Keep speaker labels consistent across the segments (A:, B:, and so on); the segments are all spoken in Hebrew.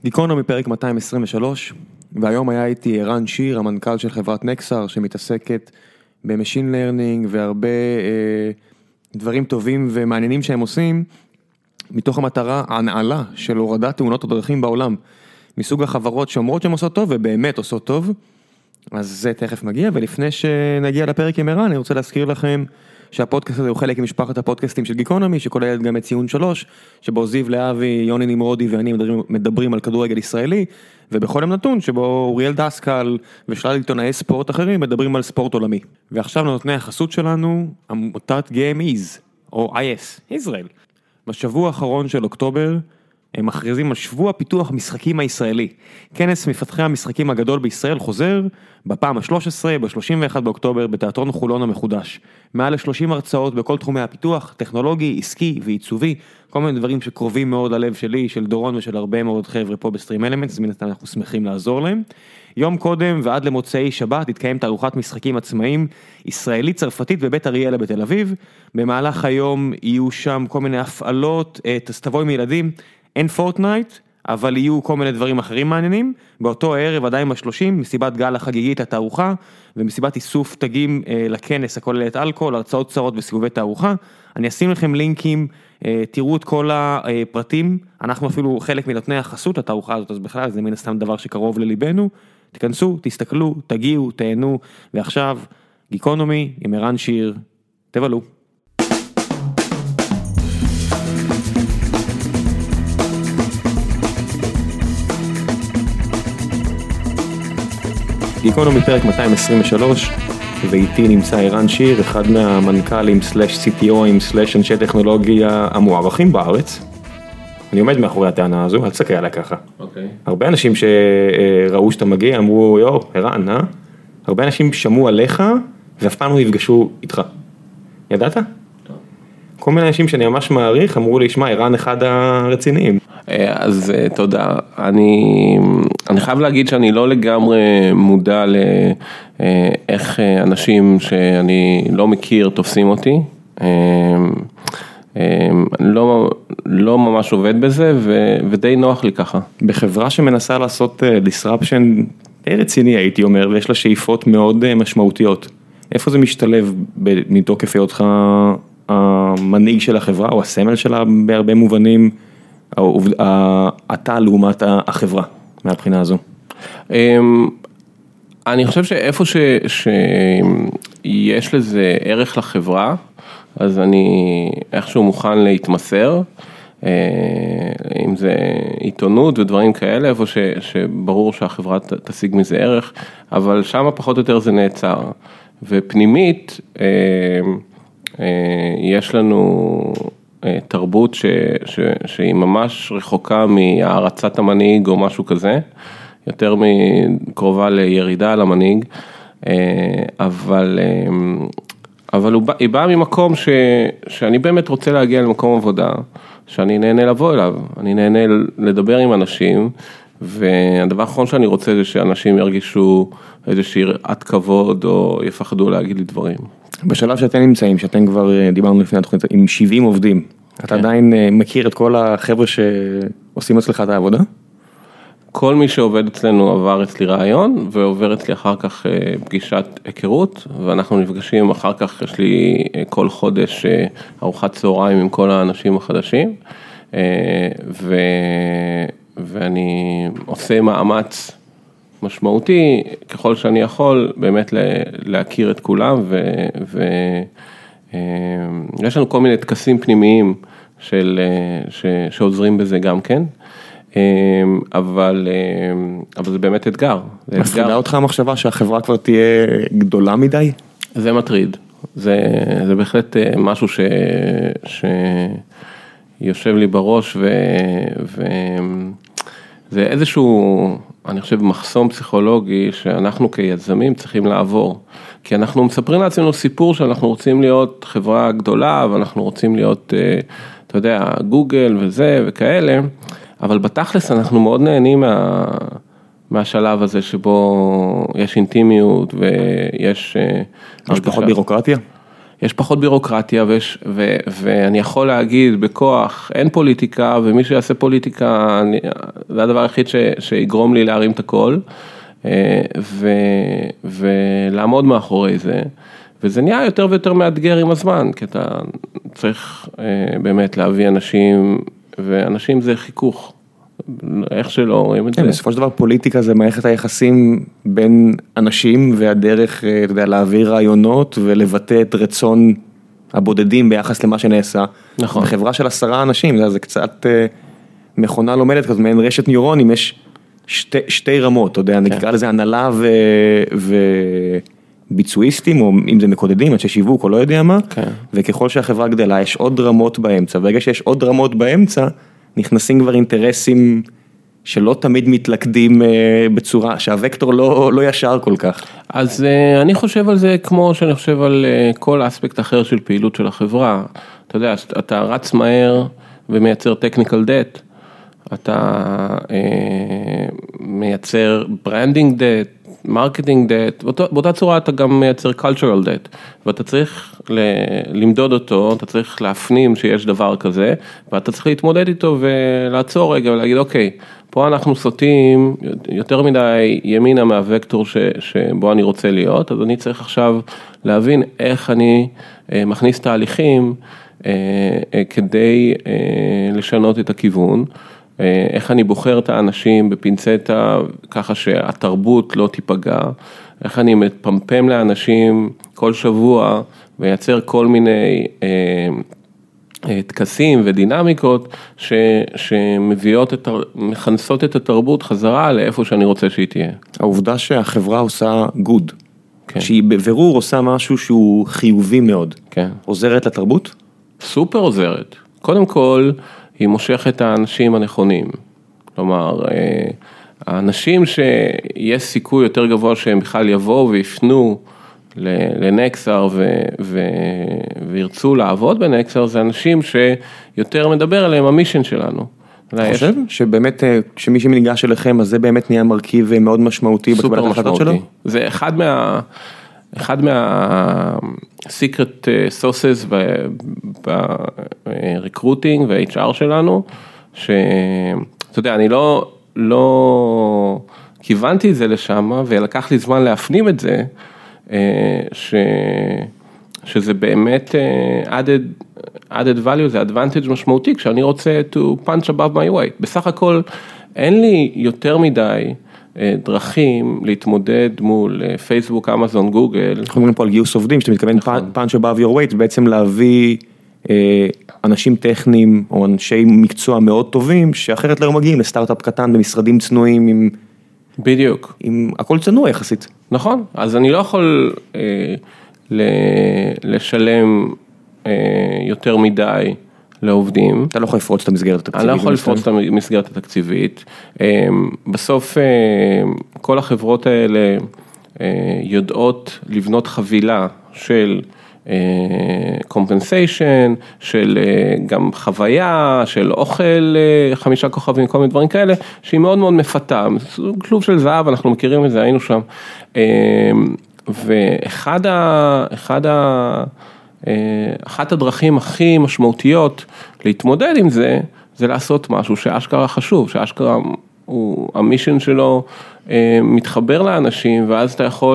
A: גיקונומי פרק 223, והיום היה איתי ערן שיר, המנכ"ל של חברת נקסר, שמתעסקת במשין לרנינג והרבה דברים טובים ומעניינים שהם עושים, מתוך המטרה הנעלה של הורדת תאונות הדרכים בעולם, מסוג החברות שאומרות שהן עושות טוב ובאמת עושות טוב, אז זה תכף מגיע, ולפני שנגיע לפרק עם ערן, אני רוצה להזכיר לכם שהפודקאסט הזה הוא חלק ממשפחת הפודקאסטים של גיקונומי, שכוללת גם את ציון 3, שבו זיו להבי, יוני נמרודי ואני מדברים על כדורגל ישראלי, ובכל יום נתון שבו אוריאל דסקל ושלל עיתונאי ספורט אחרים מדברים על ספורט עולמי. ועכשיו נותני החסות שלנו, עמותת GameEase, או IS, ישראל. בשבוע האחרון של אוקטובר, הם מכריזים על שבוע פיתוח המשחקים הישראלי. כנס מפתחי המשחקים הגדול בישראל חוזר בפעם ה-13, ב-31 באוקטובר, בתיאטרון חולון המחודש. מעל 30 הרצאות בכל תחומי הפיתוח, טכנולוגי, עסקי ועיצובי, כל מיני דברים שקרובים מאוד ללב שלי, של דורון ושל הרבה מאוד חבר'ה פה בסטרים אלמנטס, אז מן הסתם אנחנו שמחים לעזור להם. יום קודם ועד למוצאי שבת התקיים תערוכת משחקים עצמאיים, ישראלית צרפתית בבית אריאלה בתל אביב. במהלך היום יהיו שם כל מיני הפעלות, תבואו עם ילדים, אין פורטנייט, אבל יהיו כל מיני דברים אחרים מעניינים. באותו הערב עדיין ב-30, מסיבת גל החגיגית התערוכה, ומסיבת איסוף תגים לכנס הכוללת אלכוהול, הרצאות קצרות וסיבובי תערוכה. אני אשים לכם לינקים, תראו את כל הפרטים, אנחנו אפילו חלק מנותני החסות התערוכה הזאת, אז בכלל זה מן הסתם דבר שקרוב לליבנו. תכנסו, תסתכלו, תגיעו, תהנו, ועכשיו גיקונומי עם ערן שיר, תבלו. גיקונומי פרק 223, ואיתי נמצא ערן שיר, אחד מהמנכ"לים /CTOים /אנשי טכנולוגיה המוערכים בארץ. אני עומד מאחורי הטענה הזו, אל תסתכל עליה ככה. הרבה אנשים שראו שאתה מגיע אמרו, יו, ערן, הרבה אנשים שמעו עליך ואף פעם לא יפגשו איתך. ידעת? כל מיני אנשים שאני ממש מעריך אמרו לי, שמע, ערן אחד הרציניים.
B: אז תודה. אני חייב להגיד שאני לא לגמרי מודע לאיך אנשים שאני לא מכיר תופסים אותי. לא ממש עובד בזה ודי נוח לי ככה.
A: בחברה שמנסה לעשות disruption די רציני הייתי אומר, ויש לה שאיפות מאוד משמעותיות. איפה זה משתלב מתוקף היותך המנהיג של החברה או הסמל שלה בהרבה מובנים, אתה לעומת החברה מהבחינה הזו?
B: אני חושב שאיפה שיש לזה ערך לחברה, אז אני איכשהו מוכן להתמסר, אם זה עיתונות ודברים כאלה, איפה שברור שהחברה תשיג מזה ערך, אבל שם פחות או יותר זה נעצר. ופנימית, יש לנו תרבות שהיא ממש רחוקה מהערצת המנהיג או משהו כזה, יותר מקרובה לירידה על המנהיג, אבל היא באה ממקום שאני באמת רוצה להגיע למקום עבודה, שאני נהנה לבוא אליו, אני נהנה לדבר עם אנשים, והדבר האחרון שאני רוצה זה שאנשים ירגישו איזושהי יראת כבוד או יפחדו להגיד לי דברים.
A: בשלב שאתם נמצאים, שאתם כבר דיברנו לפני התוכנית, עם 70 עובדים, אתה עדיין מכיר את כל החבר'ה שעושים אצלך את העבודה?
B: כל מי שעובד אצלנו עבר אצלי רעיון, ועובר אצלי אחר כך פגישת היכרות, ואנחנו נפגשים אחר כך, יש לי כל חודש ארוחת צהריים עם כל האנשים החדשים, ואני עושה מאמץ משמעותי, ככל שאני יכול, באמת להכיר את כולם, ויש לנו כל מיני תקסים פנימיים שעוזרים בזה גם כן, אבל זה באמת אתגר.
A: מפחידה אותך המחשבה שהחברה כבר תהיה גדולה מדי?
B: זה מטריד, זה בהחלט משהו שיושב לי בראש, וזה איזשהו, אני חושב, מחסום פסיכולוגי שאנחנו כיזמים צריכים לעבור, כי אנחנו מספרים לעצמנו סיפור שאנחנו רוצים להיות חברה גדולה, ואנחנו רוצים להיות, אתה יודע, גוגל וזה וכאלה, אבל בתכלס אנחנו מאוד נהנים מהשלב הזה שבו יש אינטימיות ויש...
A: יש פחות בירוקרטיה?
B: יש פחות בירוקרטיה, ואני יכול להגיד בכוח, אין פוליטיקה, ומי שיעשה פוליטיקה, זה הדבר היחיד שיגרום לי להרים את הכל, ולעמוד מאחורי זה, וזה נהיה יותר ויותר מאתגר עם הזמן, כי אתה צריך באמת להביא אנשים, ואנשים זה חיכוך, איך שלא רואים את זה.
A: בסופו של דבר פוליטיקה זה מערכת היחסים בין אנשים, והדרך, אתה יודע, להעביר רעיונות ולבטא את רצון הבודדים ביחס למה שנעשה.
B: נכון.
A: בחברה של 10 אנשים, זה קצת מכונה לומדת, כזאת מעין רשת ניורונים, יש שתי רמות, אתה יודע, נקרא לזה הנהלה וביצועיסטים, או אם זה מקודדים, אנשי שיווק או לא יודע מה, וככל שהחברה גדלה, יש עוד רמות באמצע, וברגע שיש עוד רמות באמצע, נכנסים כבר אינטרסים שלא תמיד מתלכדים בצורה, שהווקטור לא ישר כל כך.
B: אז אני חושב על זה כמו שאני חושב על כל אספקט אחר של פעילות של החברה. אתה יודע, אתה רץ מהר ומייצר technical debt, אתה מייצר branding debt, marketing debt, באותה צורה אתה גם מייצר cultural debt, ואתה צריך למדוד אותו, אתה צריך להפנים שיש דבר כזה, ואתה צריך להתמודד איתו ולעצור רגע ולהגיד, אוקיי, פה אנחנו סוטים יותר מדי ימינה מהווקטור שבו אני רוצה להיות, אז אני צריך עכשיו להבין איך אני מכניס תהליכים כדי לשנות את הכיוון, איך אני בוחר את האנשים בפינצטה ככה שהתרבות לא תיפגע, איך אני מפמפם לאנשים כל שבוע וייצר כל מיני תקסים ודינמיקות שמביאות, מכנסות את התרבות חזרה לאיפה שאני רוצה שהיא תהיה.
A: העובדה שהחברה עושה good, שהיא בבירור עושה משהו שהוא חיובי מאוד, עוזרת לתרבות?
B: סופר עוזרת. קודם כל, היא מושכת את האנשים הנכונים. כלומר, האנשים שיש סיכוי יותר גבוה שהם בכלל יבואו ויפנו לנקסר וירצו לעבוד בנקסר, זה אנשים שיותר מדבר עליהם המישן שלנו.
A: אתה חושב שבאמת, כשמי שניגש אליכם, אז זה באמת נהיה מרכיב מאוד משמעותי בקבלת ההחלטות שלו?
B: זה אחד secret sources ב-recruiting ו-HR שלנו, שאתה יודע, אני לא כיוונתי את זה לשם, ולקח לי זמן להפנים את זה, שזה באמת added value, זה advantage משמעותי, כשאני רוצה to punch above my weight. בסך הכל, אין לי יותר מדי דרכים להתמודד מול פייסבוק, אמזון, גוגל.
A: אנחנו מדברים פה על גיוס עובדים, שאתה מתכוון punch above your weight, בעצם להביא אנשים טכניים או אנשי מקצוע מאוד טובים, שאחרת לא מגיעים לסטארט-אפ קטן במשרדים צנועים עם...
B: בדיוק.
A: עם הכל צנוע יחסית.
B: נכון, אז אני לא יכול לשלם יותר מדי לעובדים.
A: אתה לא יכול לפרוץ את המסגרת התקציבית.
B: אני לא יכול לפרוץ את המסגרת התקציבית. בסוף כל החברות האלה יודעות לבנות חבילה של compensation, של גם חוויה, של אוכל 5 כוכבים, כל מיני דברים כאלה, שהיא מאוד מאוד מפתה. כלוב של זהב, אנחנו מכירים את זה, היינו שם. אחת הדרכים הכי משמעותיות להתמודד עם זה, זה לעשות משהו שאשכרה חשוב, שאשכרה המישן שלו מתחבר לאנשים, ואז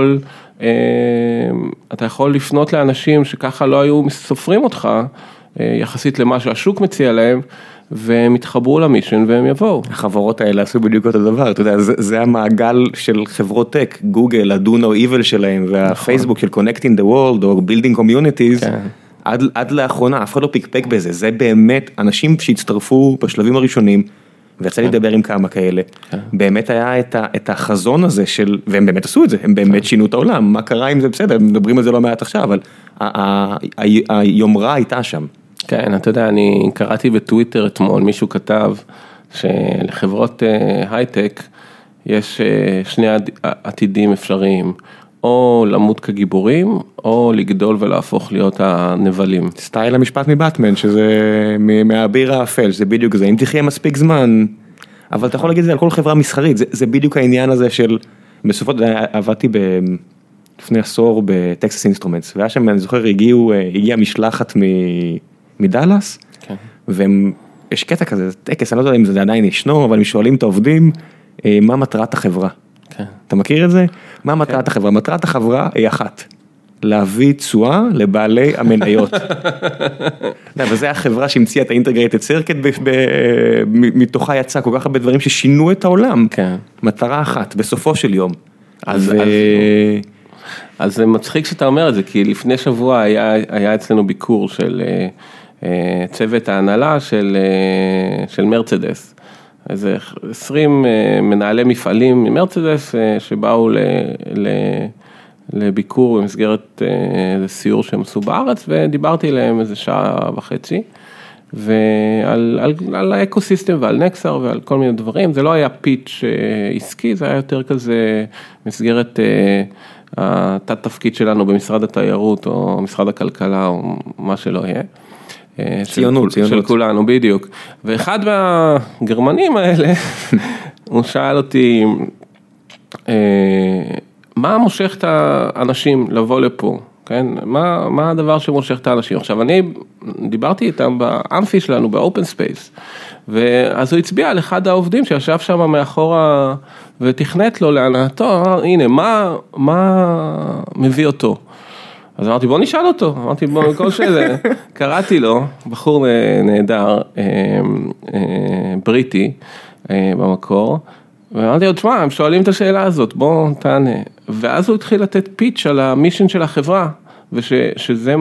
B: אתה יכול לפנות לאנשים שככה לא היו סופרים אותך, יחסית למה שהשוק מציע להם, והם יתחברו למישן והם יבואו.
A: החברות האלה עשו בדיוק אותו דבר, אתה יודע, זה המעגל של חברות טק, גוגל, הדונה או איבל שלהם, והפייסבוק של Connecting the World או Building Communities, עד לאחרונה, אף אחד לא פיקפק בזה, זה באמת אנשים שהצטרפו בשלבים הראשונים, ויצא לי לדבר עם כמה כאלה, באמת היה את החזון הזה של, והם באמת עשו את זה, הם באמת שינו את העולם, מה קרה עם זה בסדר, מדברים על זה לא מעט עכשיו, אבל היומרה הייתה שם.
B: כן, אתה יודע, אני קראתי בטוויטר אתמול, מישהו כתב שלחברות הייטק יש 2 עתידים אפשריים, או למות כגיבורים, או לגדול ולהפוך להיות הנבלים.
A: סטייל המשפט מבטמן, שזה מהאביר האפל, שזה בדיוק זה, אם תחיה מספיק זמן, אבל אתה יכול להגיד את זה על כל חברה מסחרית, זה בדיוק העניין הזה של, בסופו עבדתי לפני עשור בטקסס אינסטרומנטס, והיה שם, אני זוכר, הגיעה משלחת מדלס, ויש קטע כזה, טקס, אני לא יודע אם זה עדיין ישנו, אבל הם שואלים את העובדים, מה מטרת החברה? אתה מכיר את זה? מה מטרת החברה? מטרת החברה היא אחת, להביא תשואה לבעלי המניות. וזה החברה שהמציאה את האינטגרייטד סירקט, מתוכה יצא כל כך הרבה דברים ששינו את העולם. מטרה אחת, בסופו של יום.
B: אז זה מצחיק שאתה אומר את זה, כי לפני שבוע היה אצלנו ביקור של צוות ההנהלה של מרצדס. איזה 20 מנהלי מפעלים ממרצדס שבאו לביקור במסגרת איזה סיור שהם עשו בארץ, ודיברתי להם איזה שעה וחצי, ועל האקוסיסטם ועל נקסר ועל כל מיני דברים. זה לא היה פיץ' עסקי, זה היה יותר כזה מסגרת התת תפקיד שלנו במשרד התיירות או משרד הכלכלה או מה שלא יהיה.
A: ציונות.
B: של כולנו, בדיוק. ואחד מהגרמנים האלה, הוא שאל אותי, מה מושך את האנשים לבוא לפה? כן? מה הדבר שמושך את האנשים? עכשיו, אני דיברתי איתם באמפי שלנו, באופן ספייס, ואז הוא הצביע על אחד העובדים שישב שם מאחורה ותכנת לו להנאתו, הנה, מה מביא אותו? אז אמרתי, בוא נשאל אותו, אמרתי, בוא, כל שזה, קראתי לו, בחור נהדר, בריטי, במקור, ואמרתי לו, תשמע, הם שואלים את השאלה הזאת, בוא תענה. ואז הוא התחיל לתת פיץ' על המישן של החברה, ושזה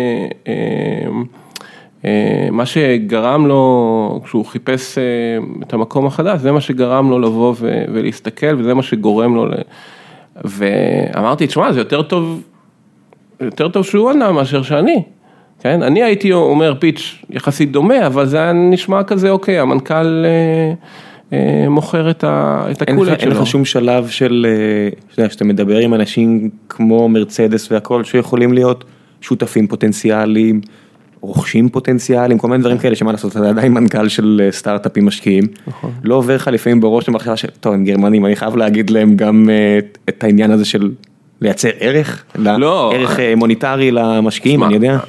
B: מה שגרם לו, כשהוא חיפש את המקום החדש, זה מה שגרם לו לבוא ולהסתכל, וזה מה שגורם לו, ואמרתי, תשמע, זה יותר טוב שהוא ענה מאשר שאני, כן? אני הייתי אומר פיץ' יחסית דומה, אבל זה היה נשמע כזה, אוקיי, המנכ"ל מוכר את הקולת שלו.
A: אין לך שום שלב של, שאתה מדבר עם אנשים כמו מרצדס והכל, שיכולים להיות שותפים פוטנציאליים, רוכשים פוטנציאליים, כל מיני דברים כאלה, שמה לעשות, אתה עדיין מנכ"ל של סטארט-אפים משקיעים, לא עובר לך לפעמים בראש למחשבה טוב, הם גרמנים, אני חייב להגיד להם גם את העניין הזה של לייצר ערך, ערך מוניטרי למשקיעים, אני יודע.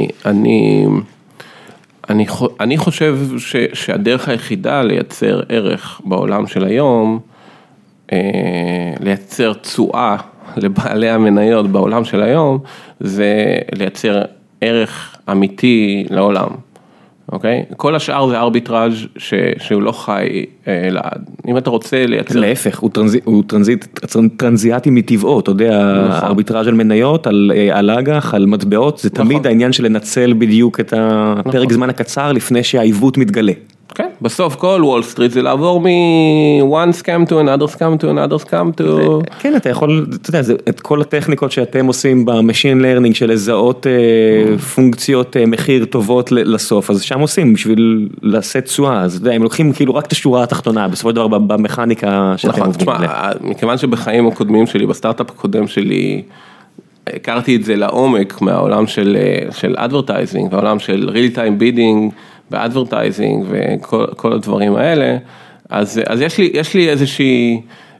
B: אני חושב שהדרך היחידה לייצר ערך בעולם של היום, לייצר תשואה לבעלי המניות בעולם של היום, זה לייצר ערך אמיתי לעולם. אוקיי? כל השאר זה ארביטראז' שהוא לא חי לעד. אם אתה רוצה לייצר...
A: להפך, הוא טרנזיאטי מטבעו, אתה יודע, ארביטראז' על מניות, על אג"ח, על מטבעות, זה תמיד העניין של לנצל בדיוק את הפרק זמן הקצר לפני שהעיוות מתגלה.
B: כן, בסוף כל וול סטריט זה לעבור מ-one scam to another scam to another scam to...
A: כן, אתה יכול, אתה יודע, את כל הטכניקות שאתם עושים במשין לרנינג של לזהות פונקציות מחיר טובות לסוף, אז שם עושים בשביל לעשות תשואה, אז אתה יודע, הם לוקחים כאילו רק את השורה התחתונה, בסופו של דבר במכניקה שאתם עובדים.
B: נכון, מכיוון שבחיים הקודמים שלי, בסטארט-אפ הקודם שלי, הכרתי את זה לעומק מהעולם של advertising, והעולם של real time bidding, באדברטייזינג וכל הדברים האלה, אז יש לי איזושהי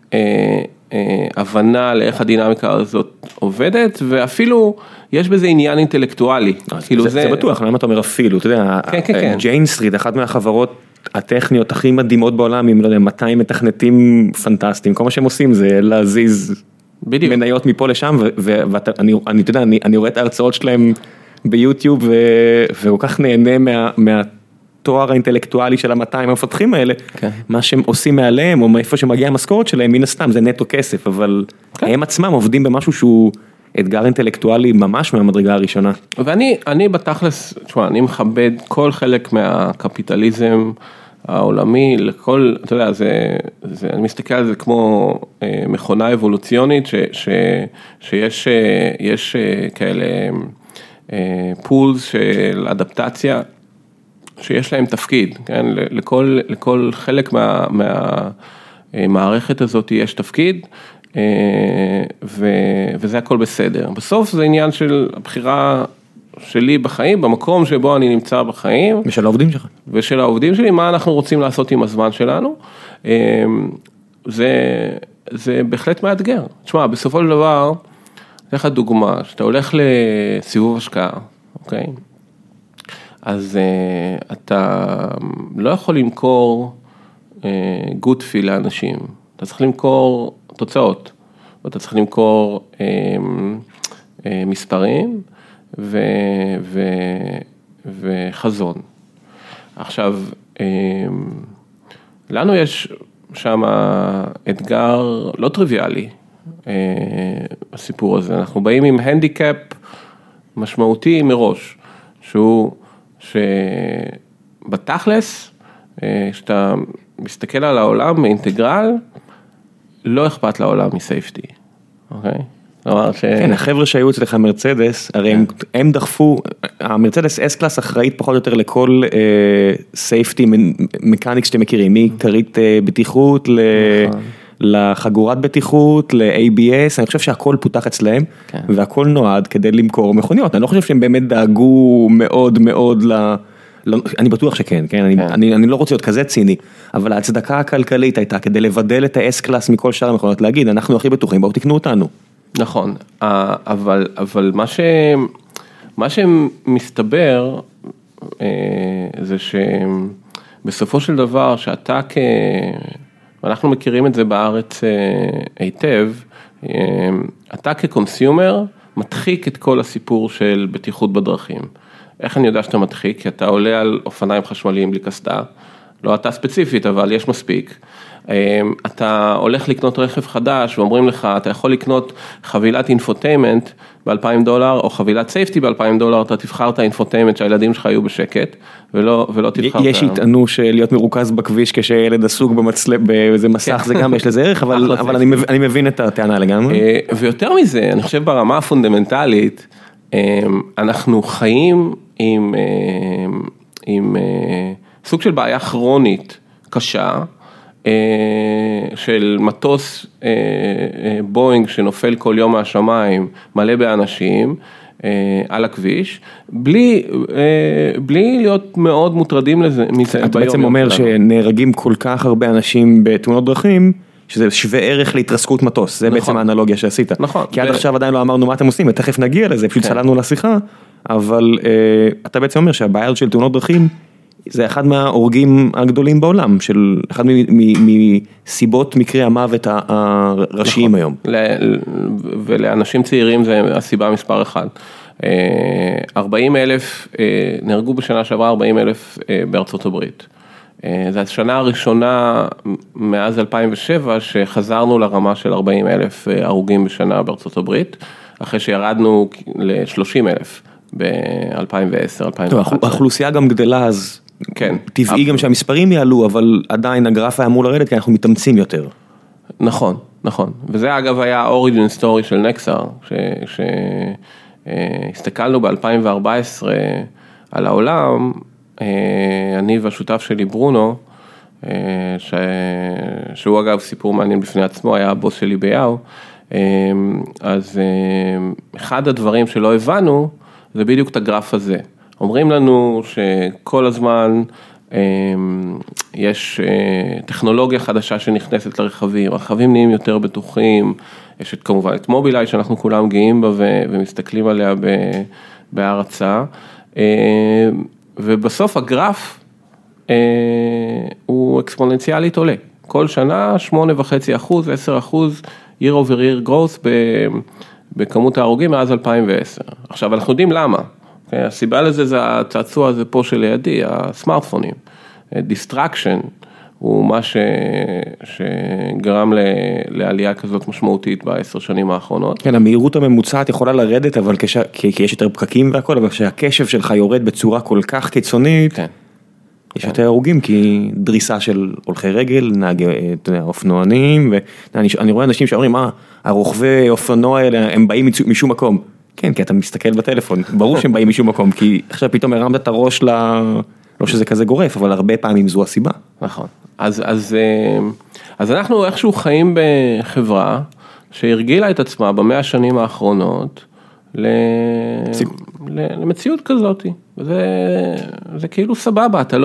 B: הבנה לאיך הדינמיקה הזאת עובדת, ואפילו יש בזה עניין אינטלקטואלי.
A: זה בטוח, למה אתה אומר אפילו, אתה יודע, ג'יין סטריט, אחת מהחברות הטכניות הכי מדהימות בעולם, עם 200 מתכנתים פנטסטיים, כל מה שהם עושים זה להזיז מניות מפה לשם, ואני רואה את ההרצאות שלהם ביוטיוב, וכל כך נהנה מהתואר האינטלקטואלי של ה-200 המפתחים האלה, מה שהם עושים מעליהם, או מאיפה שמגיע המשכורת שלהם, מן הסתם, זה נטו כסף, אבל הם עצמם עובדים במשהו שהוא אתגר אינטלקטואלי ממש מהמדרגה הראשונה.
B: ואני בתכלס, תשמע, אני מכבד כל חלק מהקפיטליזם העולמי, לכל, אתה יודע, אני מסתכל על זה כמו מכונה אבולוציונית, שיש כאלה פולס של אדפטציה, שיש להם תפקיד, כן? לכל חלק מהמערכת הזאת יש תפקיד, וזה הכל בסדר. בסוף זה עניין של הבחירה שלי בחיים, במקום שבו אני נמצא בחיים.
A: ושל העובדים שלך.
B: ושל העובדים שלי, מה אנחנו רוצים לעשות עם הזמן שלנו. זה בהחלט מאתגר. תשמע, בסופו של דבר, לך דוגמה, שאתה הולך לסיבוב השקעה, אוקיי? אז אתה לא יכול למכור good feel לאנשים, אתה צריך למכור תוצאות, ואתה צריך למכור מספרים וחזון. עכשיו, לנו יש שם אתגר לא טריוויאלי, הסיפור הזה. אנחנו באים עם הנדיקאפ משמעותי מראש, שבתכלס, כשאתה מסתכל על העולם מאינטגרל, לא אכפת לעולם מסייפטי, אוקיי?
A: כן, החבר'ה שהיו אצלך מרצדס, הרי הם דחפו, המרצדס S-Class אחראית פחות או יותר לכל סייפטי מקניק שאתם מכירים, מכרית בטיחות לחגורת בטיחות, ל-ABS, אני חושב שהכל פותח אצלהם, והכל נועד כדי למכור מכוניות, אני לא חושב שהם באמת דאגו מאוד מאוד אני בטוח שכן, אני לא רוצה להיות כזה ציני, אבל ההצדקה הכלכלית הייתה כדי לבדל את ה-S-Class מכל שאר המכוניות, להגיד, אנחנו הכי בטוחים, בואו תקנו אותנו.
B: נכון, אבל מה שמסתבר זה שבסופו של דבר שאתה ואנחנו מכירים את זה בארץ היטב, אתה כקונסיומר מדחיק את כל הסיפור של בטיחות בדרכים. איך אני יודע שאתה מדחיק? כי אתה עולה על אופניים חשמליים בלי קסדה, לא אתה ספציפית, אבל יש מספיק. אתה הולך לקנות רכב חדש ואומרים לך, אתה יכול לקנות חבילת אינפוטיימנט $2,000 או חבילת סייפטי $2,000, אתה תבחר את האינפוטיימנט שהילדים שלך יהיו בשקט ולא תבחר.
A: יש יטענו שלהיות מרוכז בכביש כשילד עסוק באיזה מסך, זה גם יש לזה ערך, אבל אני מבין את הטענה לגמרי.
B: ויותר מזה, אני חושב ברמה הפונדמנטלית, אנחנו חיים עם סוג של בעיה כרונית קשה, של מטוס בואינג שנופל כל יום מהשמיים, מלא באנשים על הכביש, בלי להיות מאוד מוטרדים מזה.
A: אתה בעצם אומר שנהרגים כל כך הרבה אנשים בתאונות דרכים, שזה שווה ערך להתרסקות מטוס, זה בעצם האנלוגיה שעשית.
B: נכון.
A: כי עד עכשיו עדיין לא אמרנו מה אתם עושים, ותכף נגיע לזה, פשוט צללנו לשיחה, אבל אתה בעצם אומר שהבעיה של תאונות דרכים, זה אחד מההורגים הגדולים בעולם, של אחד מסיבות מקרי המוות הראשיים היום.
B: ולאנשים צעירים זה הסיבה מספר אחד. 40,000, נהרגו בשנה שעברה 40,000 בארצות הברית. זו השנה הראשונה מאז 2007 שחזרנו לרמה של 40,000 הרוגים בשנה בארצות הברית, אחרי שירדנו ל-30,000 ב-2010-2011.
A: האוכלוסייה גם גדלה אז,
B: כן.
A: טבעי גם שהמספרים יעלו, אבל עדיין הגרף היה אמור לרדת כי אנחנו מתאמצים יותר.
B: נכון, נכון. וזה אגב היה האוריג'ין סטורי של נקסר, שהסתכלנו ב-2014 על העולם, אני והשותף שלי ברונו, שהוא אגב סיפור מעניין בפני עצמו, היה הבוס שלי ביהו, אז אחד הדברים שלא הבנו, זה בדיוק את הגרף הזה. אומרים לנו שכל הזמן יש טכנולוגיה חדשה שנכנסת לרכבים, הרכבים נהיים יותר בטוחים, יש כמובן את מובילאיי שאנחנו כולם גאים בה ומסתכלים עליה בהרצאה, ובסוף הגרף הוא אקספוננציאלית עולה. כל שנה 8.5%, 10% year over year growth בכמות ההרוגים מאז 2010. עכשיו אנחנו יודעים למה. הסיבה לזה זה הצעצוע הזה פה שלידי, הסמארטפונים. דיסטרקשן הוא מה שגרם לעלייה כזאת משמעותית ב10 שנים האחרונות.
A: כן, המהירות הממוצעת יכולה לרדת, אבל כי יש יותר פקקים והכל, אבל כשהקשב שלך יורד בצורה כל כך קיצונית,
B: כן.
A: יש יותר הרוגים, כי דריסה של הולכי רגל, נהגי אופנוענים, ואני רואה אנשים שאומרים, הרוכבי אופנוע האלה, הם באים משום מקום. כן, כי אתה מסתכל בטלפון, ברור שהם באים משום מקום, כי עכשיו פתאום הרמת את הראש לא שזה כזה גורף, אבל הרבה פעמים זו הסיבה.
B: נכון. אז אנחנו איכשהו חיים בחברה, שהרגילה את עצמה ב100 השנים האחרונות, למציאות כזאת. זה כאילו סבבה, אתה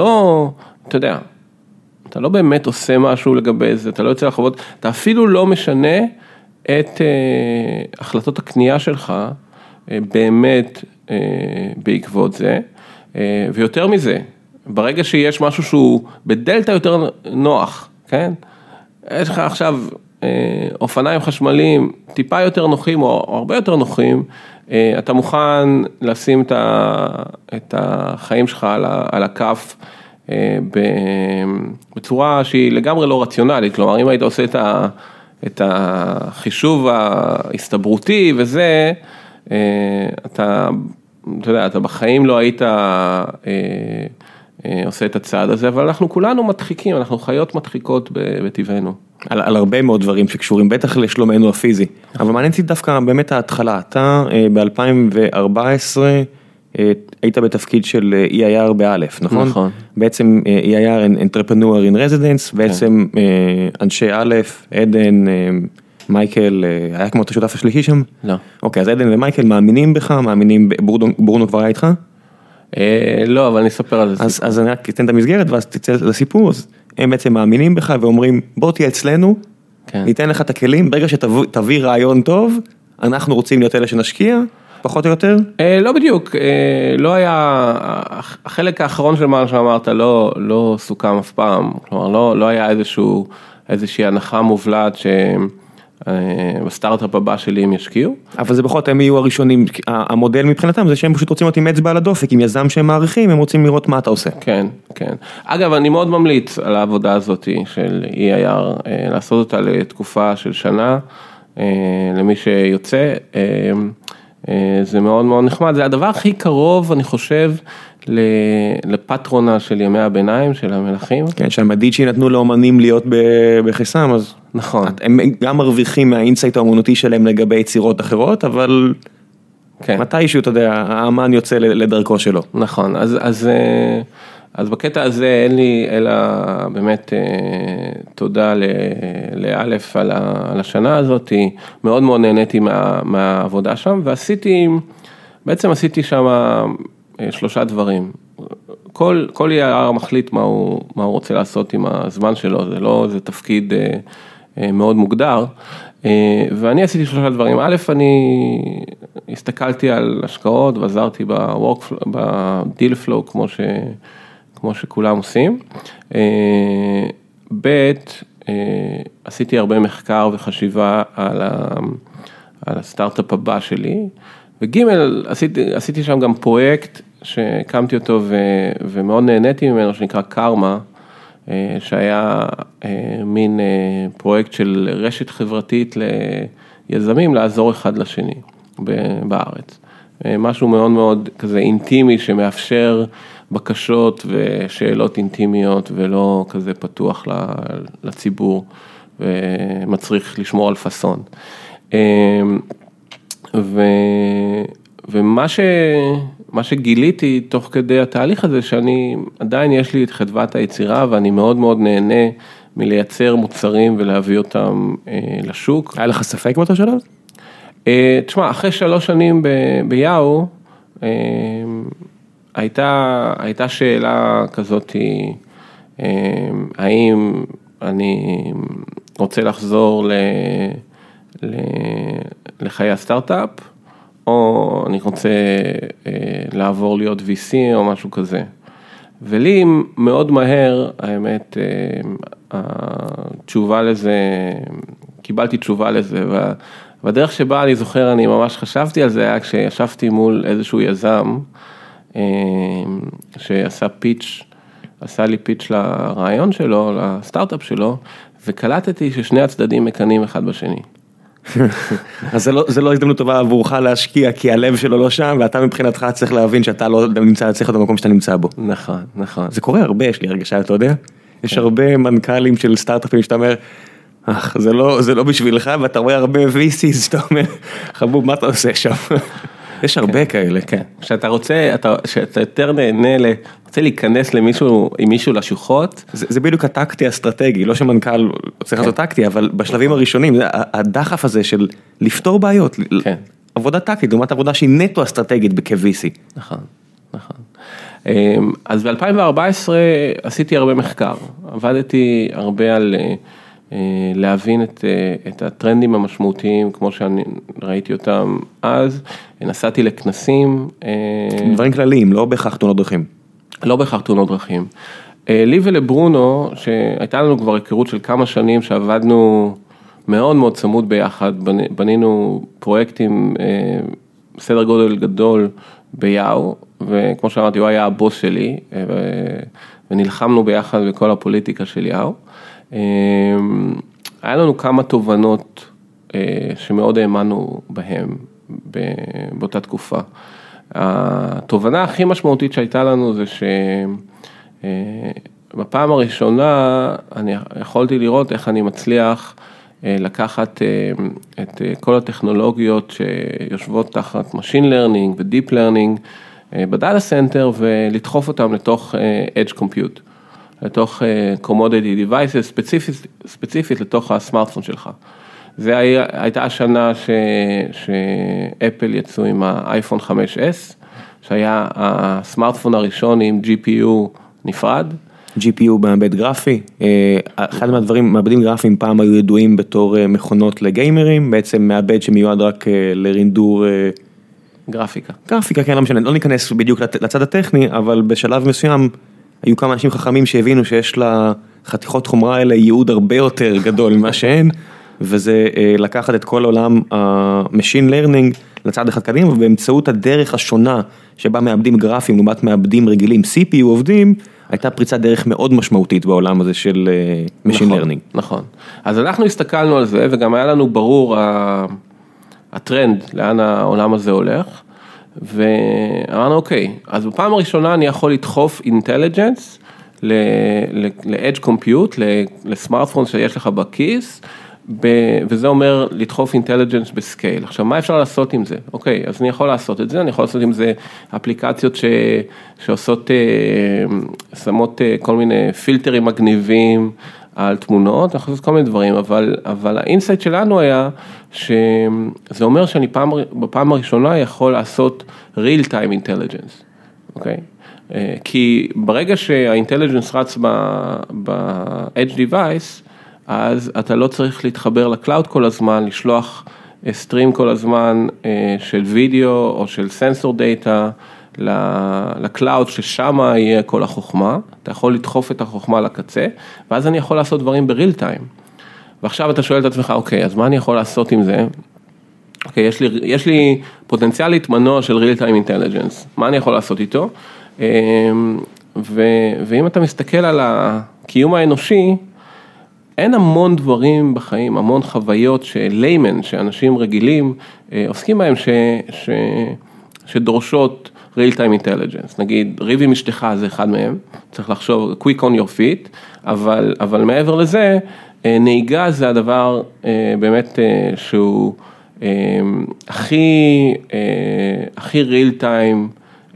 B: לא באמת עושה משהו לגבי זה, אתה לא יוצא לחובות, אתה אפילו לא משנה את החלטות הקנייה שלך באמת בעקבות זה, ויותר מזה, ברגע שיש משהו שהוא בדלטה יותר נוח, כן? יש לך עכשיו אופניים חשמליים טיפה יותר נוחים או הרבה יותר נוחים, אתה מוכן לשים את החיים שלך על הכף בצורה שהיא לגמרי לא רציונלית, כלומר אם היית עושה את החישוב ההסתברותי וזה, אתה יודע, אתה בחיים לא היית עושה את הצעד הזה, אבל אנחנו כולנו מדחיקים, אנחנו חיות מדחיקות בטבענו.
A: על הרבה מאוד דברים שקשורים, בטח לשלומנו הפיזי. אבל מעניין אותי דווקא באמת ההתחלה. אתה ב-2014 היית בתפקיד של EIR באלף, נכון?
B: נכון.
A: בעצם EIR Entrepreneur in Residence, בעצם אנשי אלף, עדן, מייקל, היה כמו את השותף השלישי שם?
B: לא.
A: אוקיי, אז עדן ומייקל מאמינים בך, מאמינים, ברונו כבר היה איתך?
B: לא, אבל אני אספר על זה.
A: אז אני רק אתן את המסגרת ואז תצא לסיפור, אז הם בעצם מאמינים בך ואומרים, בוא תהיה אצלנו, ניתן לך את הכלים, ברגע שתביא רעיון טוב, אנחנו רוצים להיות אלה שנשקיע, פחות או יותר?
B: לא בדיוק, לא היה, החלק האחרון של מה שאמרת לא סוכם אף פעם, כלומר לא היה איזושהי הנחה מובלעת בסטארט-אפ הבא שלי הם ישקיעו.
A: אבל זה בכל זאת הם יהיו הראשונים, המודל מבחינתם זה שהם פשוט רוצים להיות עם אצבע על הדופק, עם יזם שהם מעריכים, הם רוצים לראות מה אתה עושה.
B: כן, כן. אגב, אני מאוד ממליץ על העבודה הזאת של EIR, לעשות אותה לתקופה של שנה, למי שיוצא, זה מאוד מאוד נחמד, זה הדבר הכי קרוב, אני חושב, לפטרונה של ימי הביניים, של המלכים.
A: כן, שהמדיצ'י נתנו לאומנים להיות בחיסם, אז
B: נכון.
A: הם גם מרוויחים מהאינסייט האומנותי שלהם לגבי יצירות אחרות, אבל מתישהו, אתה יודע, האמן יוצא לדרכו שלו.
B: נכון, אז בקטע הזה אין לי אלא באמת תודה לאלף על השנה הזאת, מאוד מאוד נהניתי מהעבודה שם, בעצם עשיתי שם 3 דברים. כל EIR מחליט מה הוא רוצה לעשות עם הזמן שלו, זה לא איזה תפקיד מאוד מוגדר, ואני עשיתי 3 דברים. א', אני הסתכלתי על השקעות ועזרתי בדיל פלואו כמו שכולם עושים. ב', עשיתי הרבה מחקר וחשיבה על הסטארט-אפ הבא שלי, וג', עשיתי שם גם פרויקט שהקמתי אותו ומאוד נהניתי ממנו, שנקרא קארמה, שהיה מין פרויקט של רשת חברתית ליזמים לעזור אחד לשני בארץ. משהו מאוד מאוד כזה אינטימי שמאפשר בקשות ושאלות אינטימיות ולא כזה פתוח לציבור ומצריך לשמור על פאסון. ומה שגיליתי תוך כדי התהליך הזה, שאני עדיין יש לי את חדוות היצירה, ואני מאוד מאוד נהנה מלייצר מוצרים ולהביא אותם לשוק.
A: היה לך ספק באותו שלב?
B: תשמע, אחרי 3 שנים ביאו, הייתה שאלה כזאת, האם אני רוצה לחזור לחיי הסטארט-אפ, או אני רוצה לעבור להיות VC או משהו כזה. ולי מאוד מהר, האמת, התשובה לזה, קיבלתי תשובה לזה, והדרך שבה אני זוכר, אני ממש חשבתי על זה, היה כשישבתי מול איזשהו יזם, שעשה פיץ', עשה לי פיץ' לרעיון שלו, לסטארט-אפ שלו, וקלטתי ששני הצדדים מקנים אחד בשני.
A: אז זה לא הזדמנות טובה עבורך להשקיע, כי הלב שלו לא שם, ואתה מבחינתך צריך להבין שאתה לא נמצא אצלך במקום שאתה נמצא בו.
B: נכון, נכון.
A: זה קורה הרבה, יש לי הרגשה, אתה יודע? יש הרבה מנכ"לים של סטארט-אפים שאתה אומר, זה לא בשבילך, ואתה רואה הרבה VCs שאתה אומר, חבוב, מה אתה עושה שם? יש הרבה כאלה.
B: כן. כשאתה רוצה, שאתה יותר נהנה, רוצה להיכנס עם מישהו לשוחות.
A: זה בדיוק הטקטי האסטרטגי, לא שמנכ"ל צריך לעשות טקטי, אבל בשלבים הראשונים, הדחף הזה של לפתור בעיות, עבודה טקטית, לעומת עבודה שהיא נטו אסטרטגית כ-VC.
B: נכון, נכון. אז ב-2014 עשיתי הרבה מחקר, עבדתי הרבה על להבין את הטרנדים המשמעותיים, כמו שאני ראיתי אותם אז, נסעתי לכנסים.
A: דברים כלליים, לא בהכרח תאונות דרכים.
B: לא בהכרח תאונות דרכים. לי ולברונו, שהייתה לנו כבר היכרות של כמה שנים, שעבדנו מאוד מאוד צמוד ביחד, בנינו פרויקטים, סדר גודל גדול ביאו, וכמו שאמרתי, הוא היה הבוס שלי, ונלחמנו ביחד בכל הפוליטיקה של יאו. היה לנו כמה תובנות שמאוד האמנו בהם באותה תקופה. התובנה הכי משמעותית שהייתה לנו זה שבפעם הראשונה אני יכולתי לראות איך אני מצליח לקחת את כל הטכנולוגיות שיושבות תחת Machine Learning ו-Deep Learning בדאטה סנטר ולדחוף אותם לתוך Edge Compute, לתוך Commodity Devices, ספציפית לתוך הסמארטפון שלך. זה הייתה השנה שאפל יצאו עם האייפון 5S, שהיה הסמארטפון הראשון עם GPU נפרד.
A: GPU מעבד גרפי, אחד מהדברים, מעבדים גרפיים פעם היו ידועים בתור מכונות לגיימרים, בעצם מעבד שמיועד רק לרינדור
B: גרפיקה.
A: גרפיקה, כן, לא משנה, לא ניכנס בדיוק לצד הטכני, אבל בשלב מסוים היו כמה אנשים חכמים שהבינו שיש לחתיכות חומרה האלה ייעוד הרבה יותר גדול ממה שהן, וזה לקחת את כל עולם ה-Machine Learning לצד אחד קדימה, ובאמצעות הדרך השונה שבה מעבדים גרפיים, לעומת מעבדים רגילים, CPU עובדים, הייתה פריצת דרך מאוד משמעותית בעולם הזה של Machine Learning.
B: נכון. אז אנחנו הסתכלנו על זה, וגם היה לנו ברור הטרנד, לאן העולם הזה הולך, ואמרנו, אוקיי, אז בפעם הראשונה אני יכול לדחוף Intelligence ל-Edge Compute, לסמארטפון שיש לך בכיס, וזה אומר לדחוף אינטליג'נס בסקייל. עכשיו, מה אפשר לעשות עם זה? אוקיי, אז אני יכול לעשות את זה, אני יכול לעשות עם זה אפליקציות שעושות, שמות כל מיני פילטרים מגניבים על תמונות, אנחנו עושים כל מיני דברים, אבל האינסייט שלנו היה שזה אומר שאני בפעם הראשונה יכול לעשות real time intelligence, אוקיי? כי ברגע שהאינטליג'נס רץ ב-edge device, אז אתה לא צריך להתחבר לקלאוד כל הזמן, לשלוח סטרים כל הזמן של וידאו או של סנסור דאטה לקלאוד, ששם יהיה כל החוכמה, אתה יכול לדחוף את החוכמה לקצה, ואז אני יכול לעשות דברים בריל טיים. ועכשיו אתה שואל את עצמך, אוקיי, אז מה אני יכול לעשות עם זה? אוקיי, יש לי פוטנציאלית מנוע של real time intelligence, מה אני יכול לעשות איתו? ואם אתה מסתכל על הקיום האנושי, אין המון דברים בחיים, המון חוויות שליימן, שאנשים רגילים עוסקים בהם, שדורשות real time intelligence. נגיד, ריב עם אשתך זה אחד מהם, צריך לחשוב quick on your feet, אבל מעבר לזה, נהיגה זה הדבר באמת שהוא הכי real time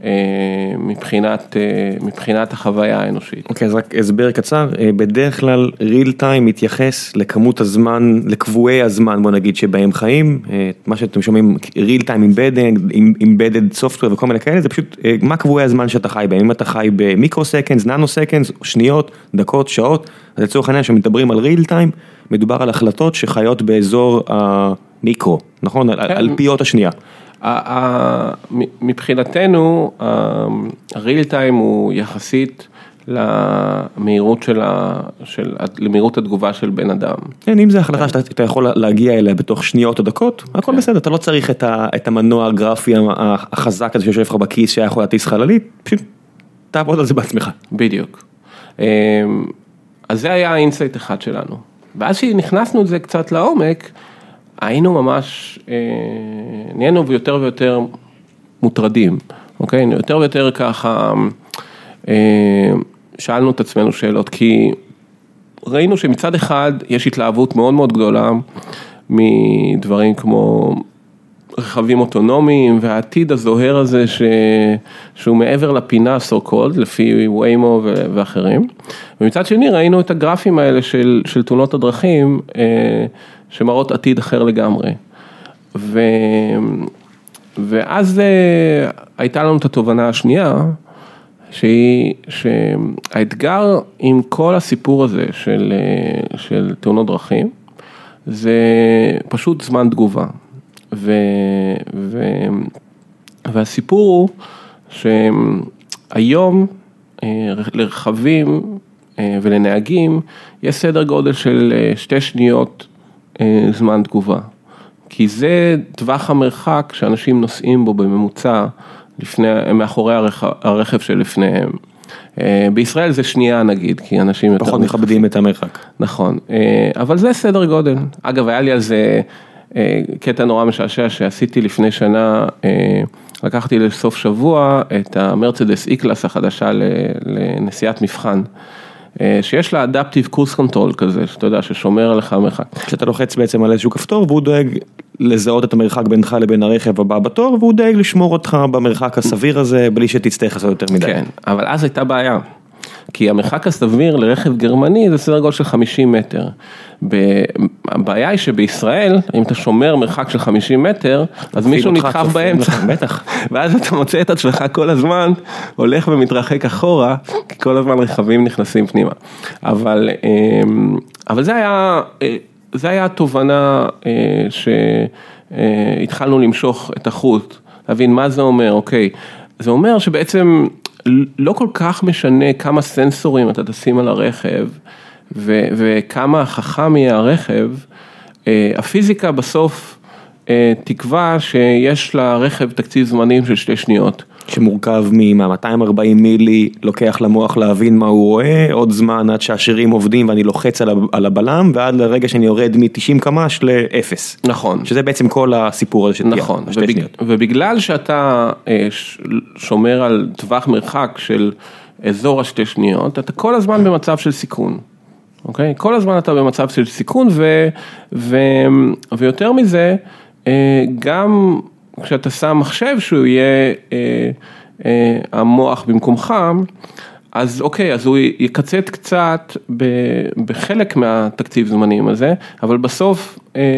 B: מבחינת החוויה האנושית.
A: אוקיי, אז רק הסבר קצר, בדרך כלל real time מתייחס לכמות הזמן, לקבועי הזמן, בוא נגיד שבהם חיים, מה שאתם שומעים real time embedded software וכל מיני כאלה, זה פשוט מה קבועי הזמן שאתה חי בהם, אם אתה חי במיקרו-סקנדס, ננו-סקנדס, שניות, דקות, שעות, אז לצורך העניין שמדברים על real time, מדובר על החלטות שחיות באזור המיקרו, נכון? על פיות השנייה.
B: מבחינתנו, הריל טיים הוא יחסית למהירות למהירות התגובה של בן אדם.
A: כן, אם זה החלטה שאתה יכול להגיע אליה בתוך שניות או דקות, הכל בסדר, אתה לא צריך את המנוע הגרפי החזק הזה שיושב לך בכיס שהיה יכול להטיס חללית, פשוט תעבוד על זה בעצמך.
B: בדיוק. אז זה היה האינסייט אחד שלנו. ואז שנכנסנו את זה קצת לעומק, היינו ממש, נהיינו יותר ויותר מוטרדים, אוקיי? יותר ויותר ככה, שאלנו את עצמנו שאלות, כי ראינו שמצד אחד יש התלהבות מאוד מאוד גדולה, מדברים כמו רכבים אוטונומיים, והעתיד הזוהר הזה שהוא מעבר לפינה so called, לפי ויימו ואחרים. ומצד שני ראינו את הגרפים האלה של תאונות הדרכים, שמראות עתיד אחר לגמרי. ואז הייתה לנו את התובנה השנייה, שהאתגר עם כל הסיפור הזה של תאונות דרכים, זה פשוט זמן תגובה. והסיפור הוא שהיום לרכבים ולנהגים יש סדר גודל של 2 שניות זמן תגובה. כי זה טווח המרחק שאנשים נוסעים בו בממוצע מאחורי הרכב שלפניהם. בישראל זה שנייה נגיד, כי אנשים
A: פחות מכבדים את המרחק.
B: נכון, אבל זה סדר גודל. אגב, היה לי על זה קטע נורא משעשע שעשיתי לפני שנה, לקחתי לסוף שבוע את המרצדס E-Class החדשה לנסיעת מבחן, שיש לה Adaptive Cruise Control כזה, שאתה יודע, ששומר עליך המרחק.
A: כשאתה לוחץ בעצם על איזשהו כפתור, והוא דואג לזהות את המרחק בינך לבין הרכב הבא בתור, והוא דואג לשמור אותך במרחק הסביר הזה, בלי שתצטרך לעשות יותר מדי.
B: כן, אבל אז הייתה בעיה. כי המרחק הסביר לרכב גרמני זה סדר גודל של 50 מטר. הבעיה היא שבישראל, אם אתה שומר מרחק של 50 מטר, אז מישהו נדחף באמצע.
A: בטח.
B: ואז אתה מוצא את עצמך כל הזמן, הולך ומתרחק אחורה, כי כל הזמן רכבים נכנסים פנימה. אבל זה היה התובנה שהתחלנו למשוך את החוט, להבין מה זה אומר, אוקיי. זה אומר שבעצם לא כל כך משנה כמה סנסורים אתה תשים על הרכב, וכמה חכם יהיה הרכב, הפיזיקה בסוף תקווה שיש לרכב תקציב זמנים של 2 שניות.
A: שמורכב מ-240 מילי, לוקח למוח להבין מה הוא רואה, עוד זמן עד שהשרירים עובדים ואני לוחץ על הבלם, ועד לרגע שאני יורד מ-90 קמ"ש ל-0.
B: נכון.
A: שזה בעצם כל הסיפור הזה שתהיה.
B: נכון, ובגלל שאתה שומר על טווח מרחק של אזור 2 שניות, אתה כל הזמן במצב של סיכון. אוקיי? כל הזמן אתה במצב של סיכון, ויותר מזה, גם כשאתה שם מחשב שהוא יהיה המוח במקומך, אז אוקיי, אז הוא יקצת קצת בחלק מהתקציב זמנים הזה, אבל בסוף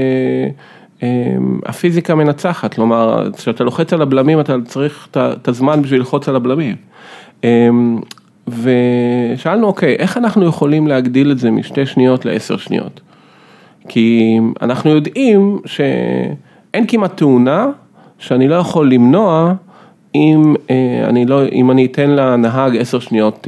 B: הפיזיקה מנצחת, כלומר, כשאתה לוחץ על הבלמים, אתה צריך את הזמן בשביל ללחוץ על הבלמים. ושאלנו, אוקיי, איך אנחנו יכולים להגדיל את זה מ2 שניות ל10 שניות? כי אנחנו יודעים שאין כמעט תאונה שאני לא יכול למנוע אם אני אתן לנהג 10 שניות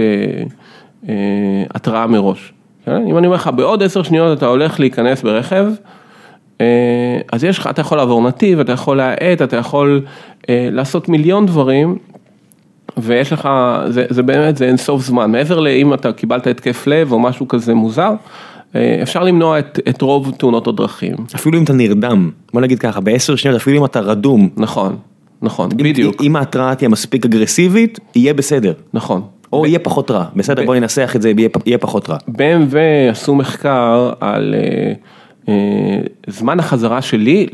B: התראה מראש. אם אני אומר לך, בעוד 10 שניות אתה הולך להיכנס ברכב, אז אתה יכול לעבור נתיב, אתה יכול להאט, אתה יכול לעשות מיליון דברים, ויש לך, זה באמת, זה אין סוף זמן. מעבר לאם אתה קיבלת התקף לב או משהו כזה מוזר, אפשר למנוע את רוב תאונות הדרכים.
A: אפילו אם אתה נרדם, בוא נגיד ככה, ב10 שניות, אפילו אם אתה רדום.
B: נכון, בדיוק.
A: אם ההתראה תהיה מספיק אגרסיבית, יהיה בסדר.
B: נכון.
A: או יהיה פחות רע. בסדר, בוא ננסח את זה, יהיה פוחות רע.
B: BMW עשו מחקר על זמן החזרה שלי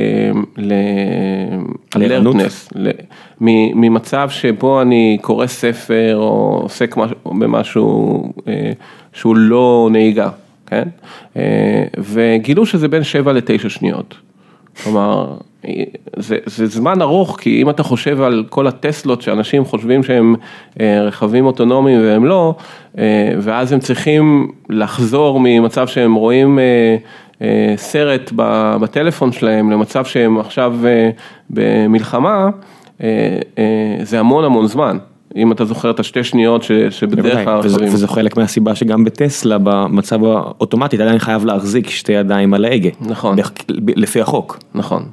B: לאלרטנס, ממצב שבו אני קורא ספר או עוסק במשהו שהוא לא נהיגה, כן? וגילו שזה בין 7 ל9 שניות. כלומר, זה זמן ארוך, כי אם אתה חושב על כל הטסלות שאנשים חושבים שהם רכבים אוטונומיים והם לא, ואז הם צריכים לחזור ממצב שהם רואים סרט בטלפון שלהם למצב שהם עכשיו במלחמה, זה המון זמן. אם אתה זוכר את 2 שניות שבדרך כלל
A: וזה חלק מהסיבה שגם בטסלה במצב האוטומטי אתה עדיין חייב להחזיק 2 ידיים על ההגה.
B: נכון.
A: לפי החוק.
B: נכון.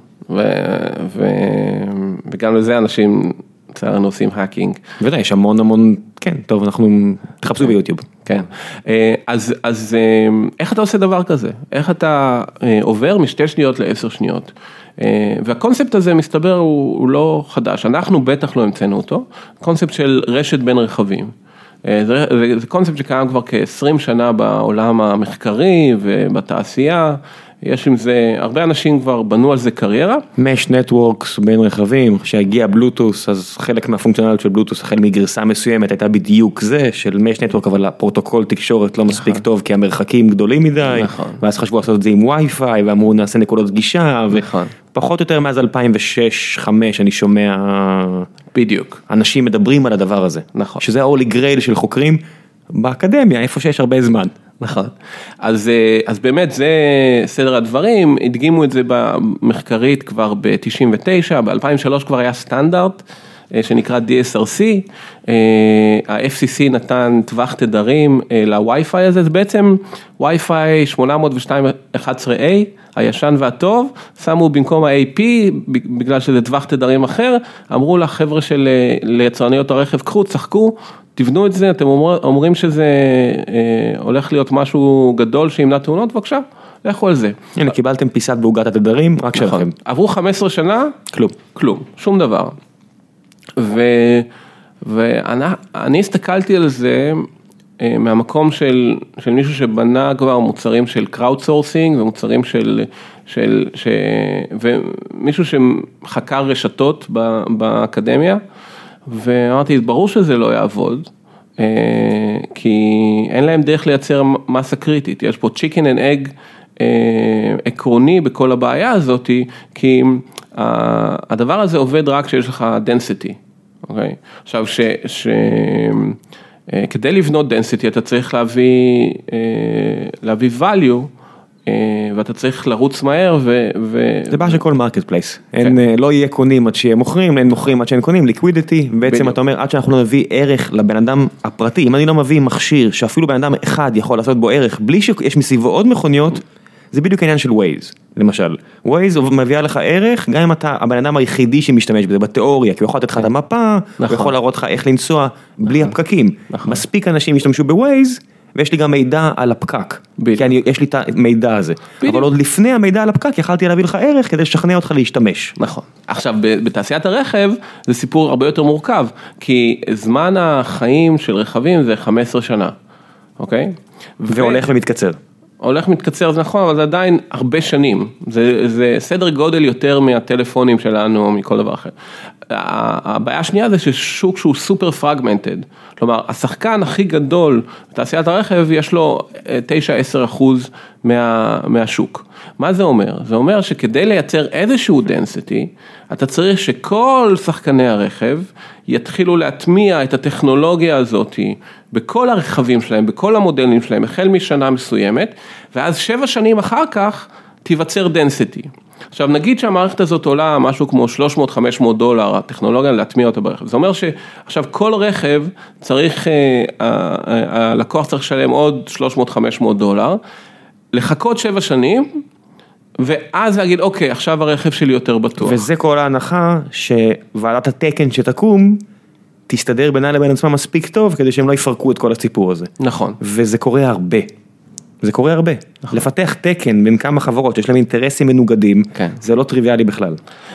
B: וגם לזה אנשים צערנו עושים האקינג.
A: ודאי, יש המון, כן, טוב, אנחנו תחפשו ביוטיוב.
B: כן. אז איך אתה עושה דבר כזה? איך אתה עובר מ2 שניות ל10 שניות? והקונספט הזה מסתבר הוא לא חדש, אנחנו בטח לא המצאנו אותו, קונספט של רשת בין רכבים. זה קונספט שקיים כבר כ20 שנה בעולם המחקרי ובתעשייה, יש עם זה, הרבה אנשים כבר בנו על זה קריירה.
A: Mesh Networks בין רכבים, כשהגיע בלוטוס, אז חלק מהפונקציונליות של בלוטוס, החל מגרסה מסוימת, הייתה בדיוק זה, של Mesh Network, אבל הפרוטוקול תקשורת לא מספיק טוב, כי המרחקים גדולים מדי, ואז חשבו לעשות את זה עם וי-פיי, ואמרו נעשה נקודות גישה, פחות או יותר מאז 2006-2005 אני שומע
B: בדיוק.
A: אנשים מדברים על הדבר הזה.
B: נכון.
A: שזה ה-Holy Grail של חוקרים באקדמיה, איפה שיש הרבה זמן.
B: נכון. אז באמת זה סדר הדברים, הדגימו את זה במחקרית כבר ב-99, ב-2003 כבר היה סטנדרט, שנקרא DSRC, ה-FCC נתן טווח תדרים לווי-פיי הזה, זה בעצם ווי-פיי 802.11a, הישן והטוב, שמו במקום ה-AP, בגלל שזה טווח תדרים אחר, אמרו לחבר'ה של ליצרניות הרכב, קחו, צחקו, תבנו את זה, אתם אומרים שזה הולך להיות משהו גדול שימנע תאונות, בבקשה, לכו על זה.
A: הנה, קיבלתם פיסת בעוגת התדרים, רק שלכם.
B: עברו 15 שנה, כלום, שום דבר. ואני הסתכלתי על זה מהמקום של מישהו שבנה כבר מוצרים של crowd sourcing ומוצרים ומישהו שחקר רשתות באקדמיה, ואמרתי, ברור שזה לא יעבוד, כי אין להם דרך לייצר מסה קריטית, יש פה chicken and egg עקרוני בכל הבעיה הזאת, כי הדבר הזה עובד רק כשיש לך density, אוקיי? עכשיו, כדי לבנות density, אתה צריך להביא value, ואתה צריך לרוץ מהר
A: זה בעיה של כל מרקט פלייס, לא יהיה קונים עד שיהיה מוכרים, אין מוכרים עד שאין קונים, ליקווידיטי, בעצם אתה אומר עד שאנחנו לא נביא ערך לבן אדם הפרטי, אם אני לא מביא מכשיר שאפילו בן אדם אחד יכול לעשות בו ערך, בלי שיש מסביבו עוד מכוניות, זה בדיוק העניין של Waze, למשל, Waze מביאה לך ערך, גם אם אתה הבן אדם היחידי שמשתמש בזה בתיאוריה, כי הוא יכול לתת לך את המפה, הוא יכול להראות לך איך לנסוע בלי הפקקים, מספיק אנשים ישתמשו ב-Waze, ויש לי גם מידע על הפקק, כי יש לי את המידע הזה, אבל עוד לפני המידע על הפקק, יכלתי להביא לך ערך כדי לשכנע אותך להשתמש.
B: נכון. עכשיו, בתעשיית הרכב, זה סיפור הרבה יותר מורכב, כי זמן החיים של רכבים זה 15 שנה, אוקיי?
A: והולך ומתקצר.
B: הולך מתקצר, זה נכון, אבל זה עדיין הרבה שנים, זה סדר גודל יותר מהטלפונים שלנו, או מכל דבר אחר. הבעיה השנייה זה ששוק שהוא סופר פרגמנטד, כלומר, השחקן הכי גדול בתעשיית הרכב, יש לו 9-10% מהשוק. מה זה אומר? זה אומר שכדי לייצר איזשהו density, אתה צריך שכל שחקני הרכב יתחילו להטמיע את הטכנולוגיה הזאת בכל הרכבים שלהם, בכל המודלים שלהם, החל משנה מסוימת, ואז 7 שנים אחר כך תיווצר density. עכשיו נגיד שהמערכת הזאת עולה משהו כמו $300-500, הטכנולוגיה להטמיע אותה ברכב. זה אומר שעכשיו כל רכב צריך, הלקוח צריך לשלם עוד $300-500, לחכות 7 שנים, ואז להגיד, אוקיי, עכשיו הרכב שלי יותר בטוח.
A: וזה כל ההנחה שוועדת התקן שתקום, תסתדר בינה לבין עצמה מספיק טוב, כדי שהם לא יפרקו את כל הסיפור הזה.
B: נכון.
A: וזה קורה הרבה. זה קורה הרבה. נכון. לפתח תקן בין כמה חברות, יש להם אינטרסים מנוגדים, כן. זה לא טריוויאלי בכלל.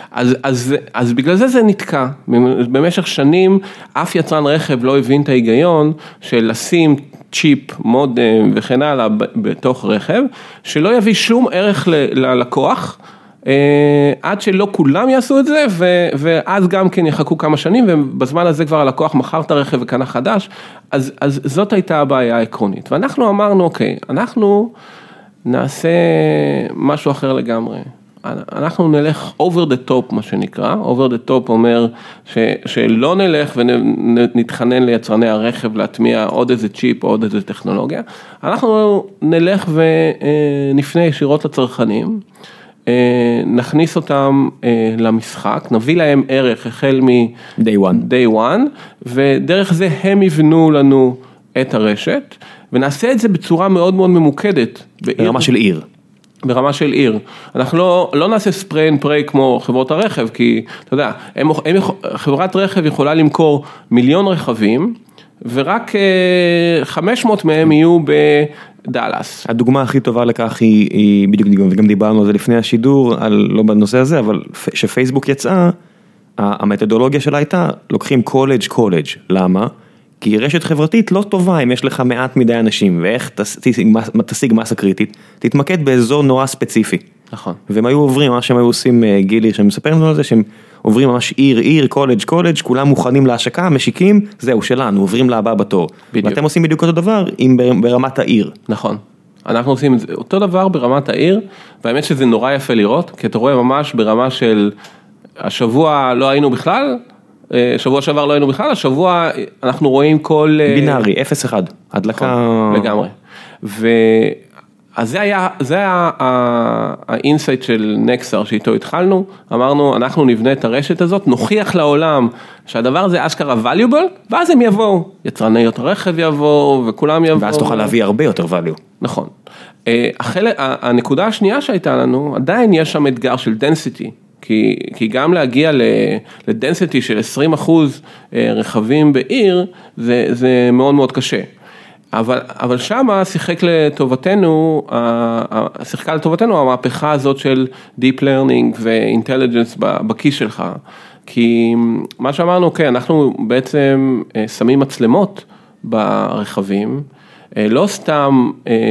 B: אז בגלל זה נתקע. במשך שנים, אף יצרן רכב לא הבין את ההיגיון של לשים צ'יפ, מודם וכן הלאה בתוך רכב, שלא יביא שום ערך ללקוח, עד שלא כולם יעשו את זה, ואז גם כן יחכו כמה שנים, ובזמן הזה כבר הלקוח מכר את הרכב וקנה חדש, אז זאת הייתה הבעיה העקרונית. ואנחנו אמרנו, אוקיי, אנחנו נעשה משהו אחר לגמרי. אנחנו נלך over the top, מה שנקרא, over the top אומר שלא נלך ונתחנן ליצרני הרכב להטמיע עוד איזה צ'יפ או עוד איזה טכנולוגיה, אנחנו נלך ונפנה ישירות לצרכנים, נכניס אותם למשחק, נביא להם ערך החל מ-day one, ודרך זה הם יבנו לנו את הרשת, ונעשה את זה בצורה מאוד מאוד ממוקדת.
A: ברמה של עיר.
B: ברמה של עיר. אנחנו לא נעשה ספרי אנד פריי כמו חברות הרכב, כי אתה יודע, חברת רכב יכולה למכור 1,000,000 רכבים, ורק 500 מהם יהיו בדלס.
A: הדוגמה הכי טובה לכך היא בדיוק, וגם דיברנו על זה לפני השידור, לא בנושא הזה, אבל שפייסבוק יצאה, המתודולוגיה שלה הייתה, לוקחים קולג'. למה? כי רשת חברתית לא טובה אם יש לך מעט מדי אנשים, ואיך תשיג מסה קריטית, תתמקד באזור נורא ספציפי.
B: נכון.
A: והם היו עוברים, מה שהם היו עושים, גילי, שהם מספר לנו על זה, שהם עוברים ממש עיר, קולג', כולם מוכנים להשקה, משיקים, זהו, שלנו, עוברים להבא בתור. בדיוק. ואתם עושים בדיוק אותו דבר, ברמת העיר.
B: נכון. אנחנו עושים את זה אותו דבר ברמת העיר, והאמת שזה נורא יפה לראות, כי אתה רואה ממש ברמה של השבוע לא היינו בכלל, שבוע שעבר לא היינו בכלל, השבוע אנחנו רואים כל...
A: בינארי, 0-1, הדלקה...
B: לגמרי. אז זה היה האינסייט של נקסר שאיתו התחלנו, אמרנו אנחנו נבנה את הרשת הזאת, נוכיח לעולם שהדבר הזה אשכרה valuable, ואז הם יבואו, יצרניות הרכב יבואו וכולם יבואו.
A: ואז תוכל להביא הרבה יותר value.
B: נכון. הנקודה השנייה שהייתה לנו, עדיין יש שם אתגר של density, כי גם להגיע לדנסיטי של 20% רכבים בעיר, זה מאוד מאוד קשה. אבל שמה שיחקה לטובתנו המהפכה הזאת של Deep Learning ו-Intelligence בכיס שלך. כי מה שאמרנו, אוקיי, אנחנו בעצם שמים מצלמות ברכבים, לא סתם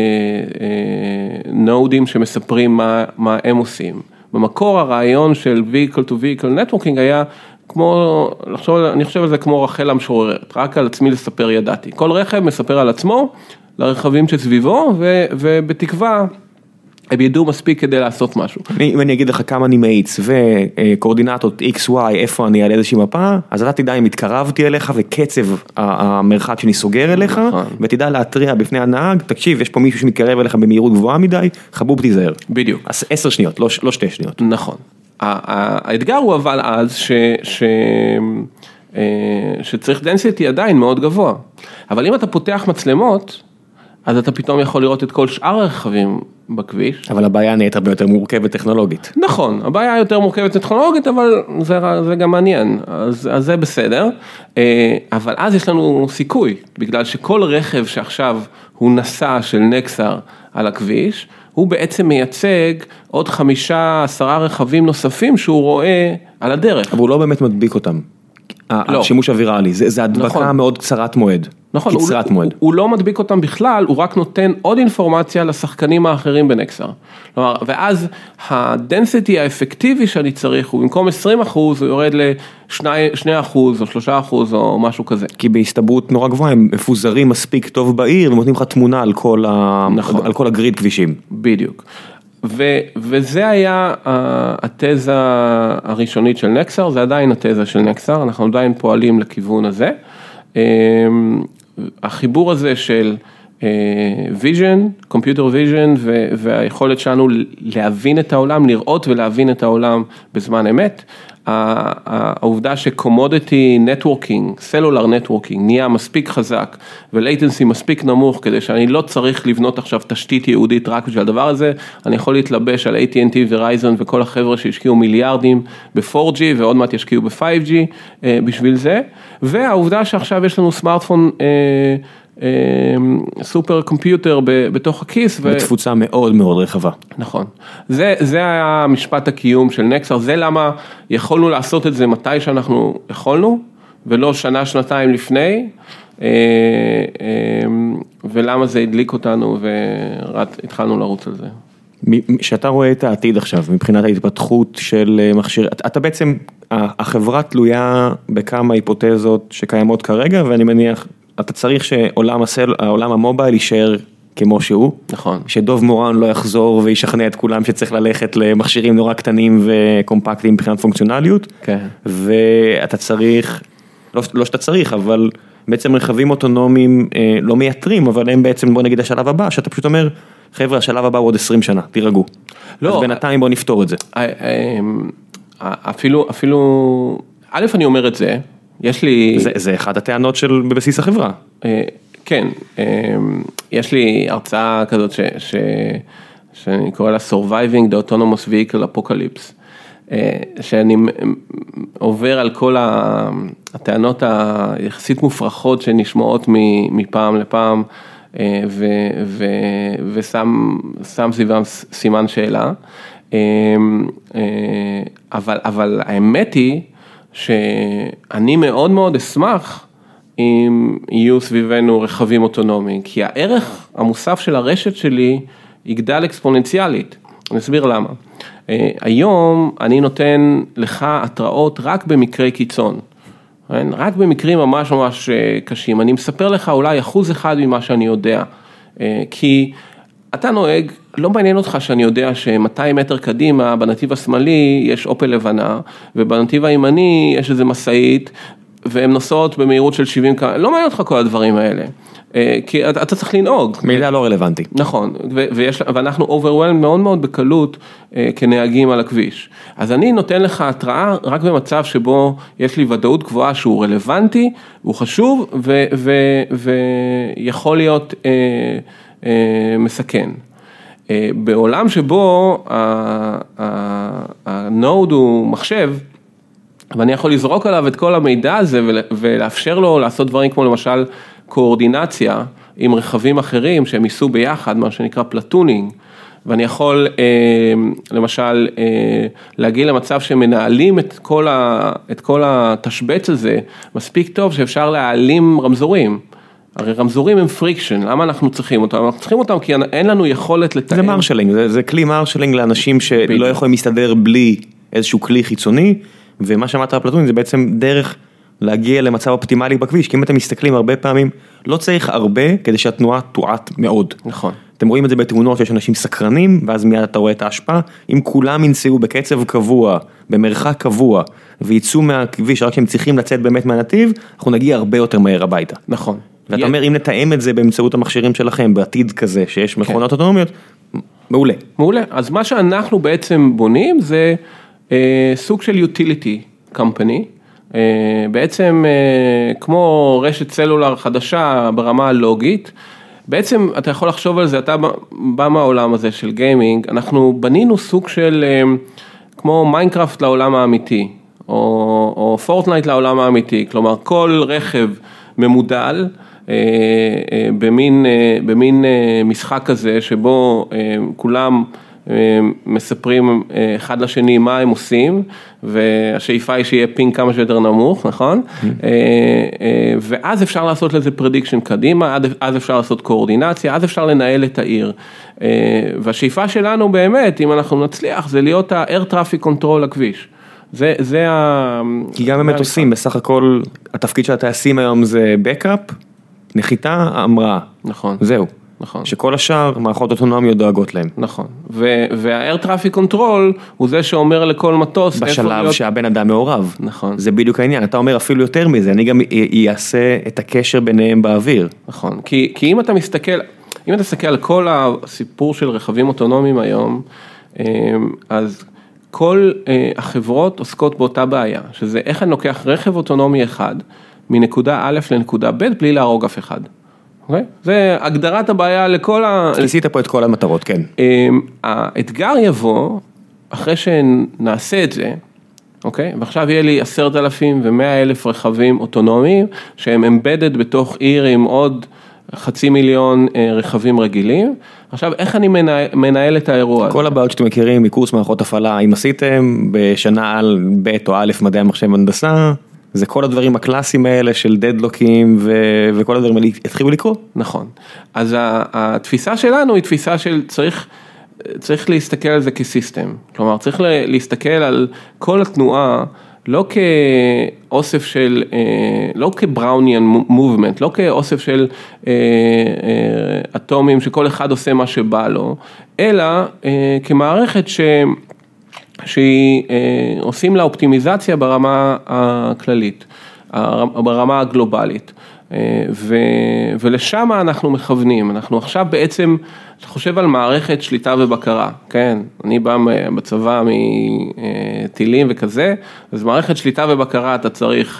B: נודים שמספרים מה הם עושים. במקור הרעיון של Vehicle to Vehicle Networking היה כמו, אני חושב על זה כמו רחל המשוררת, רק על עצמי לספר ידעתי. כל רכב מספר על עצמו, לרכבים שסביבו, ובתקווה הם ידעו מספיק כדי לעשות משהו.
A: אם אני אגיד לך כמה אני מאיץ, וקורדינטות X, Y, איפה אני על איזושהי מפה, אז אתה תדע אם התקרבתי אליך, וקצב המרחק שאני סוגר אליך, ותדע להתריע בפני הנהג, תקשיב, יש פה מישהו שמתקרב אליך במהירות גבוהה מדי, חבוב תיזהר.
B: בדיוק.
A: אז 10 שניות, לא 2 שניות.
B: נכון. האתגר הוא אבל אז שצריך דנסיטי עדיין מאוד גבוה. אבל אם אתה פותח מצלמות, אז אתה פתאום יכול לראות את כל שאר הרכבים בכביש.
A: אבל הבעיה נהיית הרבה יותר מורכבת טכנולוגית.
B: נכון, הבעיה יותר מורכבת טכנולוגית, אבל זה גם מעניין, אז זה בסדר. אבל אז יש לנו סיכוי, בגלל שכל רכב שעכשיו הוא נסע של נקסר על הכביש, הוא בעצם מייצג עוד 5-10 רכבים נוספים שהוא רואה על הדרך.
A: אבל הוא לא באמת מדביק אותם. השימוש הוויראלי, זה הדבקה מאוד קצרת מועד.
B: נכון,
A: קצרת מועד.
B: הוא לא מדביק אותם בכלל, הוא רק נותן עוד אינפורמציה לשחקנים האחרים בנקסר. כלומר, ואז הדנסיטי האפקטיבי שאני צריך, הוא במקום 20%, הוא יורד ל2% או 3% או משהו כזה.
A: כי בהסתברות נורא גבוהה, הם מפוזרים מספיק טוב בעיר, ונותנים לך תמונה על כל הגריד כבישים.
B: בדיוק. וזה היה התזה הראשונית של נקסר, זה עדיין התזה של נקסר, אנחנו עדיין פועלים לכיוון הזה. החיבור הזה של vision, computer vision, והיכולת שלנו להבין את העולם, לראות ולהבין את העולם בזמן אמת, העובדה ש-commodity networking, cellular networking, נהיה מספיק חזק, ו-latency מספיק נמוך, כדי שאני לא צריך לבנות עכשיו תשתית יהודית רק בשביל הדבר הזה, אני יכול להתלבש על AT&T ורייזן, וכל החבר'ה שהשקיעו מיליארדים ב-4G, ועוד מעט ישקיעו ב-5G בשביל זה, והעובדה שעכשיו יש לנו סמארטפון סופר קומפיוטר בתוך הכיס.
A: בתפוצה מאוד מאוד רחבה.
B: נכון. זה היה משפט הקיום של נקסר, זה למה יכולנו לעשות את זה מתי שאנחנו יכולנו, ולא שנה, שנתיים לפני, ולמה זה הדליק אותנו, והתחלנו לרוץ על זה.
A: שאתה רואה את העתיד עכשיו, מבחינת ההתפתחות של מכשיר, אתה בעצם, החברה תלויה בכמה היפותזות שקיימות כרגע, ואני מניח, אתה צריך שעולם המובייל יישאר כמו שהוא.
B: נכון.
A: שדוב מורן לא יחזור וישכנע את כולם שצריך ללכת למכשירים נורא קטנים וקומפקטיים מבחינת פונקציונליות.
B: כן.
A: ואתה צריך, לא שאתה צריך, אבל בעצם רכבים אוטונומיים לא מייתרים, אבל הם בעצם, בוא נגיד השלב הבא, שאתה פשוט אומר, חבר'ה, השלב הבא הוא עוד 20 שנה, תירגעו. לא. אז בינתיים בוא נפתור את זה.
B: אפילו, א' אני אומר את זה, יש לי...
A: זה אחד הטענות של בבסיס החברה.
B: כן, יש לי הרצאה כזאת שאני קורא לה Surviving the Autonomous Vehicle Apocalypse, שאני עובר על כל הטענות היחסית מופרכות שנשמעות מפעם לפעם, ושם סביבם סימן שאלה, אבל האמת היא, שאני מאוד מאוד אשמח אם יהיו סביבנו רכבים אוטונומיים, כי הערך המוסף של הרשת שלי יגדל אקספוננציאלית. אני אסביר למה. היום אני נותן לך התראות רק במקרי קיצון, רק במקרים ממש ממש קשים. אני מספר לך אולי 1% ממה שאני יודע, כי אתה נוהג, לא מעניין אותך שאני יודע ש200 מטר קדימה, בנתיב השמאלי יש אופל לבנה, ובנתיב הימני יש איזה מסעית, והן נוסעות במהירות של 70 קמ"ש, לא מעניין אותך כל הדברים האלה. כי אתה צריך לנהוג.
A: מידע לא רלוונטי.
B: נכון, ואנחנו overwhelmed מאוד מאוד בקלות כנהגים על הכביש. אז אני נותן לך התראה רק במצב שבו יש לי ודאות גבוהה שהוא רלוונטי, הוא חשוב ויכול להיות מסכן. בעולם שבו הנוד הוא מחשב, ואני יכול לזרוק עליו את כל המידע הזה ולאפשר לו לעשות דברים כמו למשל קואורדינציה עם רכבים אחרים שהם ייסעו ביחד, מה שנקרא פלטונינג, ואני יכול למשל להגיע למצב שמנהלים את כל התשבץ הזה מספיק טוב שאפשר להעלים רמזורים. הרי רמזורים הם פריקשן, למה אנחנו צריכים אותם? אנחנו צריכים אותם כי אין לנו יכולת לתאם.
A: זה מרשלינג, זה כלי מרשלינג לאנשים שלא יכולים להסתדר בלי איזשהו כלי חיצוני, ומה שאמרת על פלטונינג זה בעצם דרך להגיע למצב אופטימלי בכביש, כי אם אתם מסתכלים הרבה פעמים, לא צריך הרבה כדי שהתנועה תועט מאוד.
B: נכון.
A: אתם רואים את זה בתאונות שיש אנשים סקרנים, ואז מיד אתה רואה את ההשפעה, אם כולם ינסעו בקצב קבוע, במרחק קבוע, ויצאו מהכביש, רק שהם צריכים לצאת באמת מהנתיב, אנחנו נגיע הרבה יותר מהר הביתה.
B: נכון.
A: ואתה אומר, אם נתאם את זה באמצעות המכשירים שלכם, בעתיד כזה, שיש מכונות אוטונומיות, מעולה.
B: מעולה. אז מה שאנחנו בעצם בונים, זה סוג של utility company, בעצם כמו רשת סלולר חדשה ברמה הלוגית, בעצם אתה יכול לחשוב על זה, אתה בא מהעולם הזה של גיימינג, אנחנו בנינו סוג של כמו מיינקראפט לעולם האמיתי, או פורטנייט לעולם האמיתי, כלומר כל רכב ממודל, במין משחק כזה שבו כולם מספרים אחד לשני מה הם עושים, והשאיפה היא שיהיה פינג כמה שיותר נמוך, נכון? ואז אפשר לעשות לזה prediction קדימה, אז אפשר לעשות קואורדינציה, אז אפשר לנהל את העיר. והשאיפה שלנו באמת, אם אנחנו נצליח, זה להיות ה-air traffic control לכביש. זה
A: כי גם באמת עושים, בסך הכל, התפקיד של הטייסים היום זה backup, נחיתה, המראה.
B: נכון.
A: זהו.
B: נכון.
A: שכל השאר מערכות אוטונומיות דואגות להם.
B: נכון. וה-air traffic control הוא זה שאומר לכל מטוס
A: בשלב שהבן אדם מעורב.
B: נכון.
A: זה בדיוק העניין. אתה אומר אפילו יותר מזה, אני גם אעשה את הקשר ביניהם באוויר.
B: נכון. כי אם אתה מסתכל על כל הסיפור של רכבים אוטונומיים היום, אז כל החברות עוסקות באותה בעיה, שזה איך אני לוקח רכב אוטונומי אחד, מנקודה א' לנקודה ב', בלי להרוג אף אחד. אוקיי? זה הגדרת הבעיה לכל
A: כיסית פה את כל המטרות, כן.
B: האתגר יבוא, אחרי שנעשה את זה, אוקיי? ועכשיו יהיה לי 10,000 ו100,000 רכבים אוטונומיים, שהם embedded בתוך עיר עם עוד 500,000 רכבים רגילים. עכשיו, איך אני מנהל את האירוע הזה?
A: כל הבעיות שאתם מכירים מקורס מערכות הפעלה, אם עשיתם בשנה על ב' או א' מדעי המחשב והנדסה, זה כל הדברים הקלאסיים האלה של דדלוקים וכל הדברים האלה התחילו לקרוא.
B: נכון. אז התפיסה שלנו היא תפיסה של צריך להסתכל על זה כסיסטם. כלומר, צריך להסתכל על כל התנועה, לא כאוסף של, לא כבראוניאן מובמנט, לא כאוסף של אטומים שכל אחד עושה מה שבא לו, אלא כמערכת שהיא עושים לה אופטימיזציה ברמה הכללית, ברמה הגלובלית, ולשם אנחנו מכוונים. אנחנו עכשיו בעצם, אתה חושב על מערכת שליטה ובקרה, כן? אני בא בצבא מטילים וכזה, אז מערכת שליטה ובקרה אתה צריך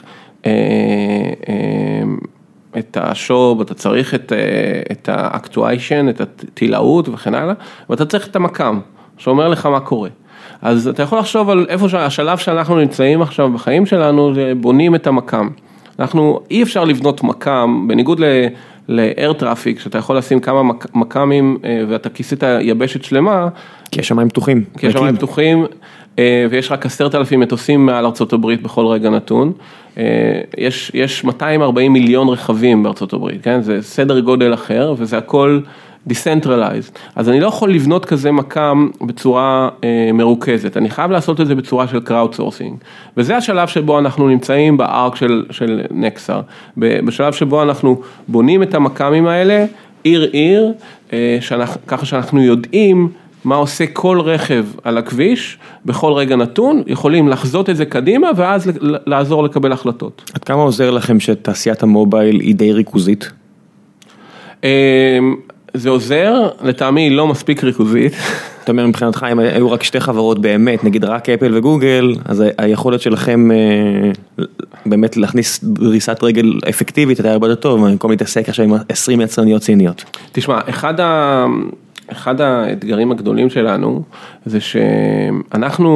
B: את השוב, אתה צריך את האקטואיישן, את התילאות וכן הלאה, ואתה צריך את המקם, שאומר לך מה קורה. אז אתה יכול לחשוב על איפה השלב שאנחנו נמצאים עכשיו בחיים שלנו, בונים את המקם. אי אפשר לבנות מקם, בניגוד ל-air traffic, שאתה יכול לשים כמה מקמים, ואתה כיסית יבשת שלמה.
A: כי יש שמיים פתוחים.
B: כי יש שמיים פתוחים, ויש רק 10,000 מטוסים מעל ארצות הברית בכל רגע נתון. יש 240 מיליון רכבים בארצות הברית, כן? זה סדר גודל אחר, וזה הכל decentralized. אז אני לא יכול לבנות כזה מקם בצורה מרוכזת, אני חייב לעשות את זה בצורה של crowdsourcing, וזה השלב שבו אנחנו נמצאים בארק של נקסר, בשלב שבו אנחנו בונים את המקמים האלה, עיר, ככה שאנחנו יודעים מה עושה כל רכב על הכביש, בכל רגע נתון, יכולים לחזות את זה קדימה, ואז לעזור לקבל החלטות.
A: עד כמה עוזר לכם שתעשיית המובייל היא די ריכוזית?
B: זה עוזר, לטעמי לא מספיק ריכוזית.
A: זאת אומרת, מבחינתך, אם היו רק שתי חברות באמת, נגיד רק אפל וגוגל, אז היכולת שלכם באמת להכניס דריסת רגל אפקטיבית, אתה הרבה יותר טוב, במקום להתעסק עכשיו עם 20 יצרניות סיניות.
B: תשמע, אחד האתגרים הגדולים שלנו, זה שאנחנו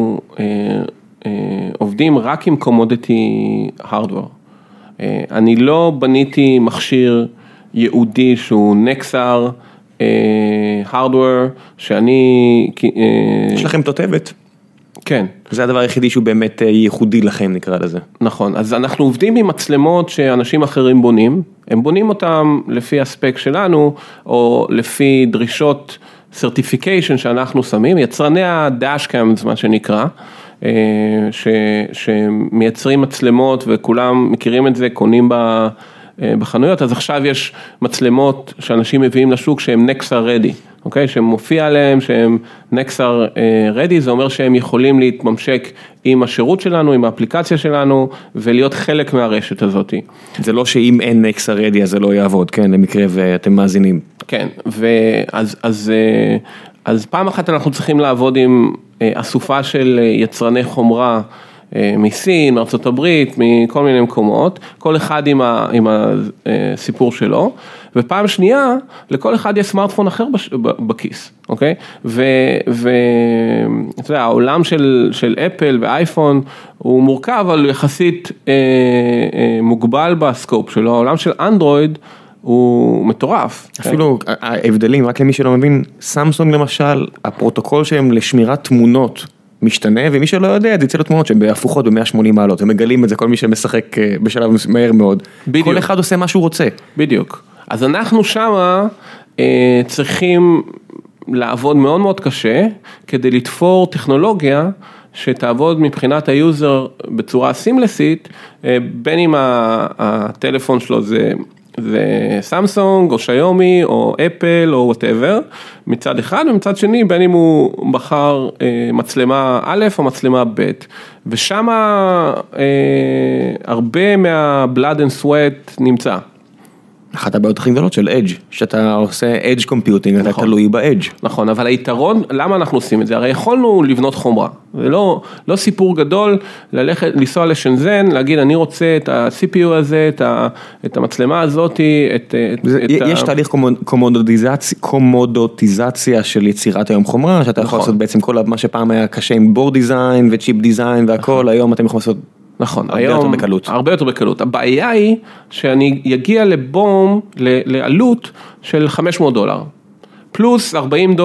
B: עובדים רק עם commodity hardware. אני לא בניתי מכשיר ייעודי שהוא נקסר, hardware, שאני...
A: יש לכם תותבת.
B: כן.
A: זה הדבר היחידי שהוא באמת ייחודי לכם, נקרא לזה.
B: נכון, אז אנחנו עובדים עם מצלמות שאנשים אחרים בונים, הם בונים אותם לפי הספק שלנו, או לפי דרישות certification שאנחנו שמים, יצרני ה-dashcams, מה שנקרא, שמייצרים מצלמות וכולם מכירים את זה, קונים בחנויות, אז עכשיו יש מצלמות שאנשים מביאים לשוק שהם נקסר רדי, אוקיי? שמופיע עליהם שהם נקסר רדי, זה אומר שהם יכולים להתממשק עם השירות שלנו, עם האפליקציה שלנו, ולהיות חלק מהרשת הזאת.
A: זה לא שאם אין נקסר רדי אז זה לא יעבוד, כן, למקרה ואתם מאזינים.
B: כן, אז פעם אחת אנחנו צריכים לעבוד עם אסופה של יצרני חומרה, מסין, ארצות הברית, מכל מיני מקומות, כל אחד עם הסיפור שלו, ופעם שנייה, לכל אחד יש סמארטפון אחר בכיס, אוקיי? ואתה יודע, העולם של אפל ואייפון הוא מורכב, אבל יחסית מוגבל בסקופ שלו, העולם של אנדרואיד הוא מטורף.
A: אפילו ההבדלים, רק למי שלא מבין, סמסונג למשל, הפרוטוקול שלהם לשמירת תמונות, משתנה, ומי שלא יודע, זה יצא לו תמונות שהן בהפוכות ב-180 מעלות, הם מגלים את זה כל מי שמשחק בשלב מהר מאוד. בדיוק. כל אחד עושה מה שהוא רוצה.
B: בדיוק. אז אנחנו שמה צריכים לעבוד מאוד מאוד קשה, כדי לתפור טכנולוגיה שתעבוד מבחינת היוזר בצורה סימלסית, בין אם הטלפון שלו זה סמסונג או שיומי או אפל או whatever, מצד אחד, ומצד שני בין אם הוא בחר מצלמה א' או מצלמה ב', ושם הרבה מה-blood and sweat נמצא.
A: אחת הבעיות הכי גדולות של אדג', שאתה עושה אדג' קומפיוטינג, אתה תלוי באדג'.
B: נכון, אבל היתרון, למה אנחנו עושים את זה? הרי יכולנו לבנות חומרה, זה לא סיפור גדול, לנסוע לשנזן, להגיד אני רוצה את ה-CPU הזה, את המצלמה הזאת,
A: יש תהליך קומודוטיזציה של יצירת היום חומרה, שאתה יכול לעשות בעצם כל מה שפעם היה קשה עם בורד דיזיין וצ'יפ דיזיין והכל, היום אתם יכולים לעשות
B: נכון,
A: הרבה יותר בקלות.
B: הרבה יותר בקלות. הבעיה היא שאני יגיע לבום, לעלות של $500, פלוס $40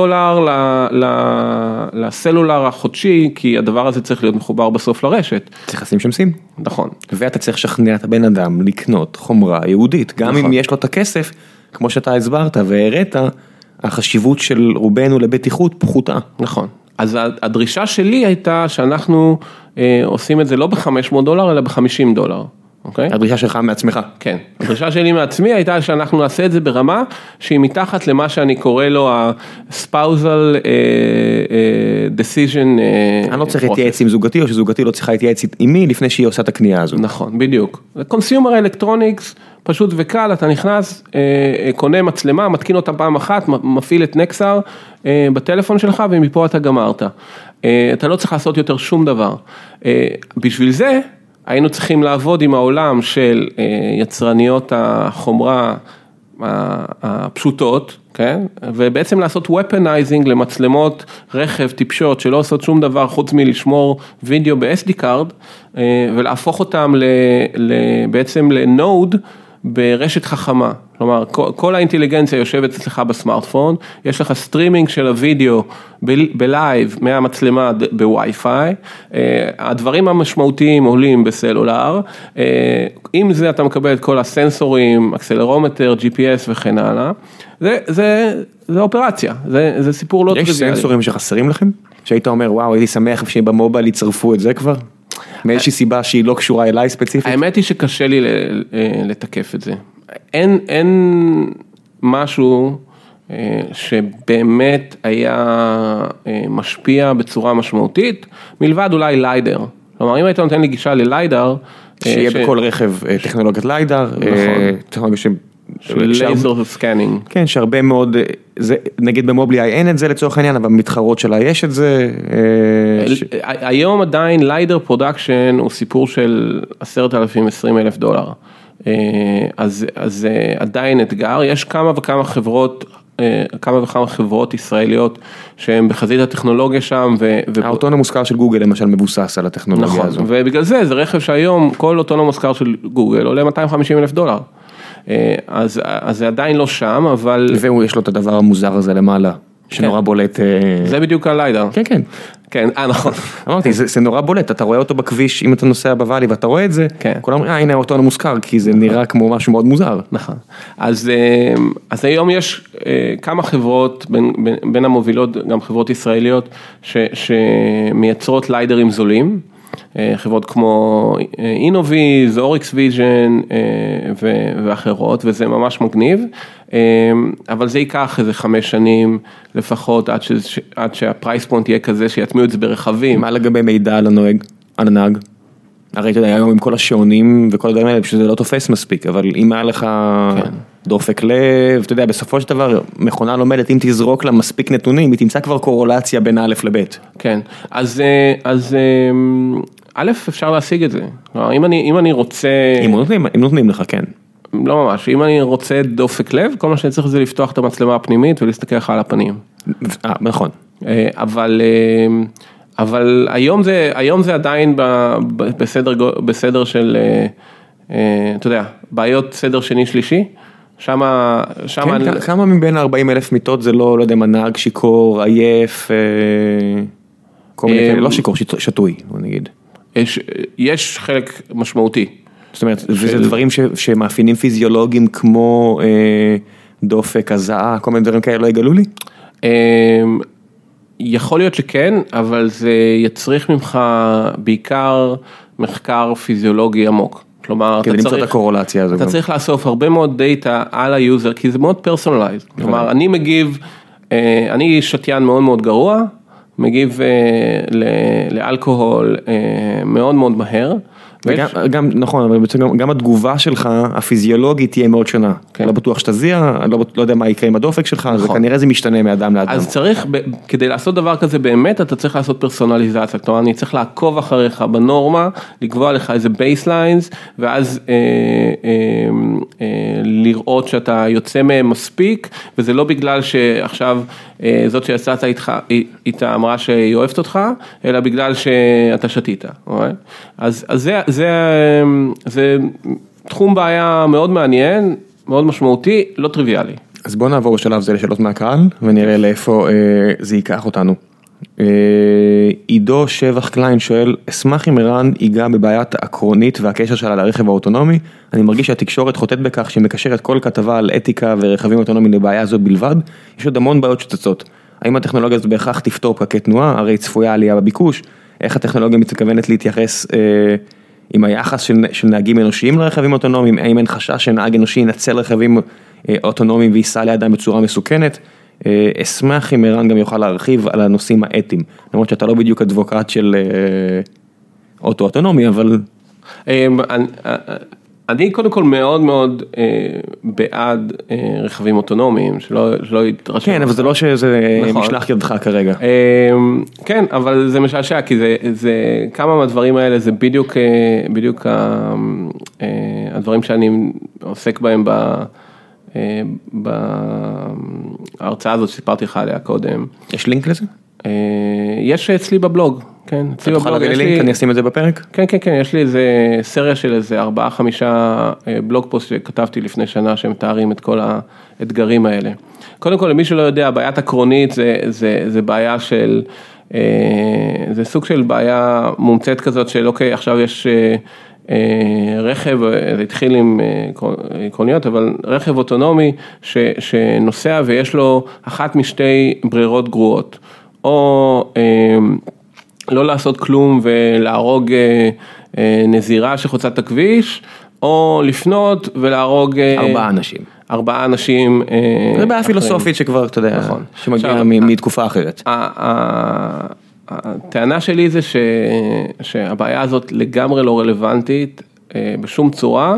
B: לסלולר החודשי, כי הדבר הזה צריך להיות מחובר בסוף לרשת.
A: צריך לשים שם סים.
B: נכון.
A: ואתה צריך לשכנע את הבן אדם לקנות חומרה יהודית, גם אם יש לו את הכסף, כמו שאתה הסברת והראית, החשיבות של רובנו לבטיחות פחותה.
B: נכון. אז הדרישה שלי הייתה שאנחנו עושים את זה לא $500, אלא $50. אוקיי?
A: הדרישה שלך מעצמך.
B: כן. הדרישה שלי מעצמי הייתה שאנחנו נעשה את זה ברמה שהיא מתחת למה שאני קורא לו ה-spousal decision.
A: אני לא צריך להתייעץ עם זוגתי, או שזוגתי לא צריכה להתייעץ עם מי לפני שהיא עושה את הקנייה הזו.
B: נכון, בדיוק. consumer electronics, פשוט וקל, אתה נכנס, קונה מצלמה, מתקין אותה פעם אחת, מפעיל את נקסר בטלפון שלך, ומפה אתה גמרת. אתה לא צריך לעשות יותר שום דבר. בשביל זה, היינו צריכים לעבוד עם העולם של יצרניות החומרה הפשוטות, כן? ובעצם לעשות weaponizing למצלמות רכב טיפשות שלא עושות שום דבר חוץ מלשמור וידאו ב-SD card, ולהפוך אותם בעצם לנוד ברשת חכמה. כלומר, כל האינטליגנציה יושבת אצלך בסמארטפון, יש לך סטרימינג של הוידאו בלייב מהמצלמה בווי-פיי, הדברים המשמעותיים עולים בסלולר, עם זה אתה מקבל את כל הסנסורים, אקסלרומטר, GPS וכן הלאה, זה אופרציה, זה סיפור לא טריוויאלי.
A: יש סנסורים שחסרים לכם? שהיית אומר, וואו, הייתי שמח שבמובייל יצרפו את זה כבר? מאיזושהי סיבה שהיא לא קשורה אליי ספציפית?
B: האמת היא שקשה לי לתקף את זה. משהו שבאמת היה משפיע בצורה משמעותית, מלבד אולי ליידר. כלומר, אם היית נותן לי גישה לליידר,
A: שיהיה בכל רכב טכנולוגיית ליידר, טכנולוגיה
B: של לייזר סקנינג.
A: כן, שהרבה מאוד, נגיד במובלי אין את זה לצורך העניין, אבל במתחרות שלה יש את זה.
B: היום עדיין ליידר פרודקשן הוא סיפור של 10,000-20,000 דולר. אז זה עדיין אתגר, יש כמה וכמה חברות ישראליות שהן בחזית הטכנולוגיה שם.
A: האוטונומוס קאר של גוגל למשל מבוסס על הטכנולוגיה הזו.
B: ובגלל זה רכב שהיום כל אוטונומוס קאר של גוגל עולה 250,000 דולר. אז זה עדיין לא שם, אבל...
A: ויש לו את הדבר המוזר הזה למעלה, שנורא בולט.
B: זה בדיוק הליידר.
A: כן, כן.
B: כן, נכון.
A: אמרתי, זה נורא בולט, אתה רואה אותו בכביש, אם אתה נוסע בוואלי ואתה רואה את זה, כולם אומרים, הנה האוטונומוס קאר, כי זה נראה כמו משהו מאוד מוזר.
B: נכון. אז היום יש כמה חברות, בין המובילות, גם חברות ישראליות, שמייצרות ליידרים זולים, חברות כמו אינוביז, אוריקס ויז'ן ואחרות, וזה ממש מגניב, אבל זה ייקח איזה 5 שנים לפחות, עד שהפרייס פוינט יהיה כזה, שיטמיעו את זה ברכבים. מה
A: לגבי מידע על הנהג? הרי אתה יודע, היום עם כל השעונים וכל הדברים האלה, שזה לא תופס מספיק, אבל אם היה לך דופק לב, אתה יודע, בסופו של דבר, מכונה לומדת, אם תזרוק לה מספיק נתונים, היא תמצא כבר קורולציה בין א' לב'.
B: כן, אז א', אפשר להשיג את זה. אם אני רוצה...
A: אם נותנים לך, כן.
B: לא ממש, אם אני רוצה דופק לב, כל מה שאני צריך זה לפתוח את המצלמה הפנימית ולהסתכל לך על הפנים.
A: נכון.
B: אבל היום זה עדיין בסדר של, אתה יודע, בעיות סדר שני שלישי, שמה...
A: כמה מבין 40,000 מיטות זה לא יודע, נהג שיקור, עייף, כל מיני כאלה, לא שיקור, שטוי, נגיד.
B: יש חלק משמעותי.
A: זאת אומרת, וזה דברים שמאפיינים פיזיולוגיים כמו דופק, הזעה, כל מיני דברים כאלה לא יגלו לי?
B: יכול להיות שכן, אבל זה יצריך ממך בעיקר מחקר פיזיולוגי עמוק. כלומר,
A: כדי למצוא את הקורולציה הזו.
B: אתה צריך לאסוף הרבה מאוד דאטה על היוזר, כי זה מאוד פרסונלייז. כלומר, אני מגיב, אני שתיין מאוד מאוד גרוע, מגיב לאלכוהול מאוד מאוד מהר.
A: גם, נכון, אבל גם התגובה שלך, הפיזיולוגית תהיה מאוד שונה. לא בטוח שתזיע, לא יודע מה יקרה עם הדופק שלך, אז כנראה זה משתנה מאדם לאדם.
B: אז צריך, כדי לעשות דבר כזה באמת, אתה צריך לעשות פרסונליזציה. כלומר, אני צריך לעקוב אחריך בנורמה, לקבוע לך איזה בייסליינס, ואז לראות שאתה יוצא מהם מספיק, וזה לא בגלל שעכשיו זאת שיצאת איתה אמרה שהיא אוהבת אותך, אלא בגלל שאתה שתית. אז זה תחום בעיה מאוד מעניין, מאוד משמעותי, לא טריוויאלי.
A: אז בוא נעבור בשלב זה לשאלות מהקהל, ונראה לאיפה זה ייקח אותנו. עידו שבח קליין שואל, אשמח אם ערן ייגע בבעיית העקרונית והקשר שלה לרכב האוטונומי, אני מרגיש שהתקשורת חוטאת בכך שהיא מקשרת כל כתבה על אתיקה ורכבים אוטונומיים לבעיה הזאת בלבד, יש עוד המון בעיות שצצות. האם הטכנולוגיה הזאת בהכרח תפתור פקקי תנועה, הרי צפויה עלייה בביקוש, איך הטכנולוגיה מתכוונת להתייחס עם היחס של נהגים אנושיים לרכבים אוטונומיים, האם אין חשש שנהג אנושי ינצל רכבים אוטונומיים וייסע לידם בצורה מסוכנת, אשמח אם ערן גם יוכל להרחיב על הנושאים האתיים, למרות שאתה לא בדיוק אדבוקט של אוטו אוטונומי, אבל...
B: אני קודם כל מאוד מאוד בעד רכבים אוטונומיים, שלא יתרשם.
A: כן, אבל זה לא שזה משלח ידך כרגע.
B: כן, אבל זה משעשע, כי זה כמה מהדברים האלה, זה בדיוק הדברים שאני עוסק בהם בהרצאה הזאת שסיפרתי לך עליה קודם.
A: יש לינק לזה?
B: יש אצלי בבלוג, כן.
A: אתה תוכל להביא לי לינק, אני אשים את זה בפרק?
B: כן, כן, כן, יש לי איזה סריה של איזה 4-5 בלוג פוסט שכתבתי לפני שנה, שמתארים את כל האתגרים האלה. קודם כל, למי שלא יודע, בעיית עקרונית זה בעיה של, זה סוג של בעיה מומצאת כזאת של אוקיי, עכשיו יש רכב, זה התחיל עם עקרוניות, אבל רכב אוטונומי שנוסע ויש לו אחת משתי ברירות גרועות, או לא לעשות כלום ולהרוג נזירה שחוצה את הכביש, או לפנות ולהרוג
A: 4 אנשים.
B: 4 אנשים.
A: זה בעיה פילוסופית שכבר, אתה יודע, שמגיעה מתקופה אחרת.
B: הטענה שלי זה שהבעיה הזאת לגמרי לא רלוונטית בשום צורה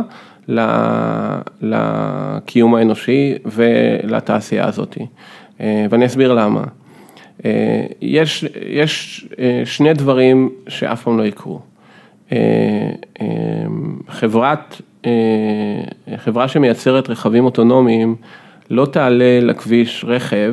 B: לקיום האנושי ולתעשייה הזאת. ואני אסביר למה. יש שני דברים שאף פעם לא יקרו. חברה שמייצרת רכבים אוטונומיים לא תעלה לכביש רכב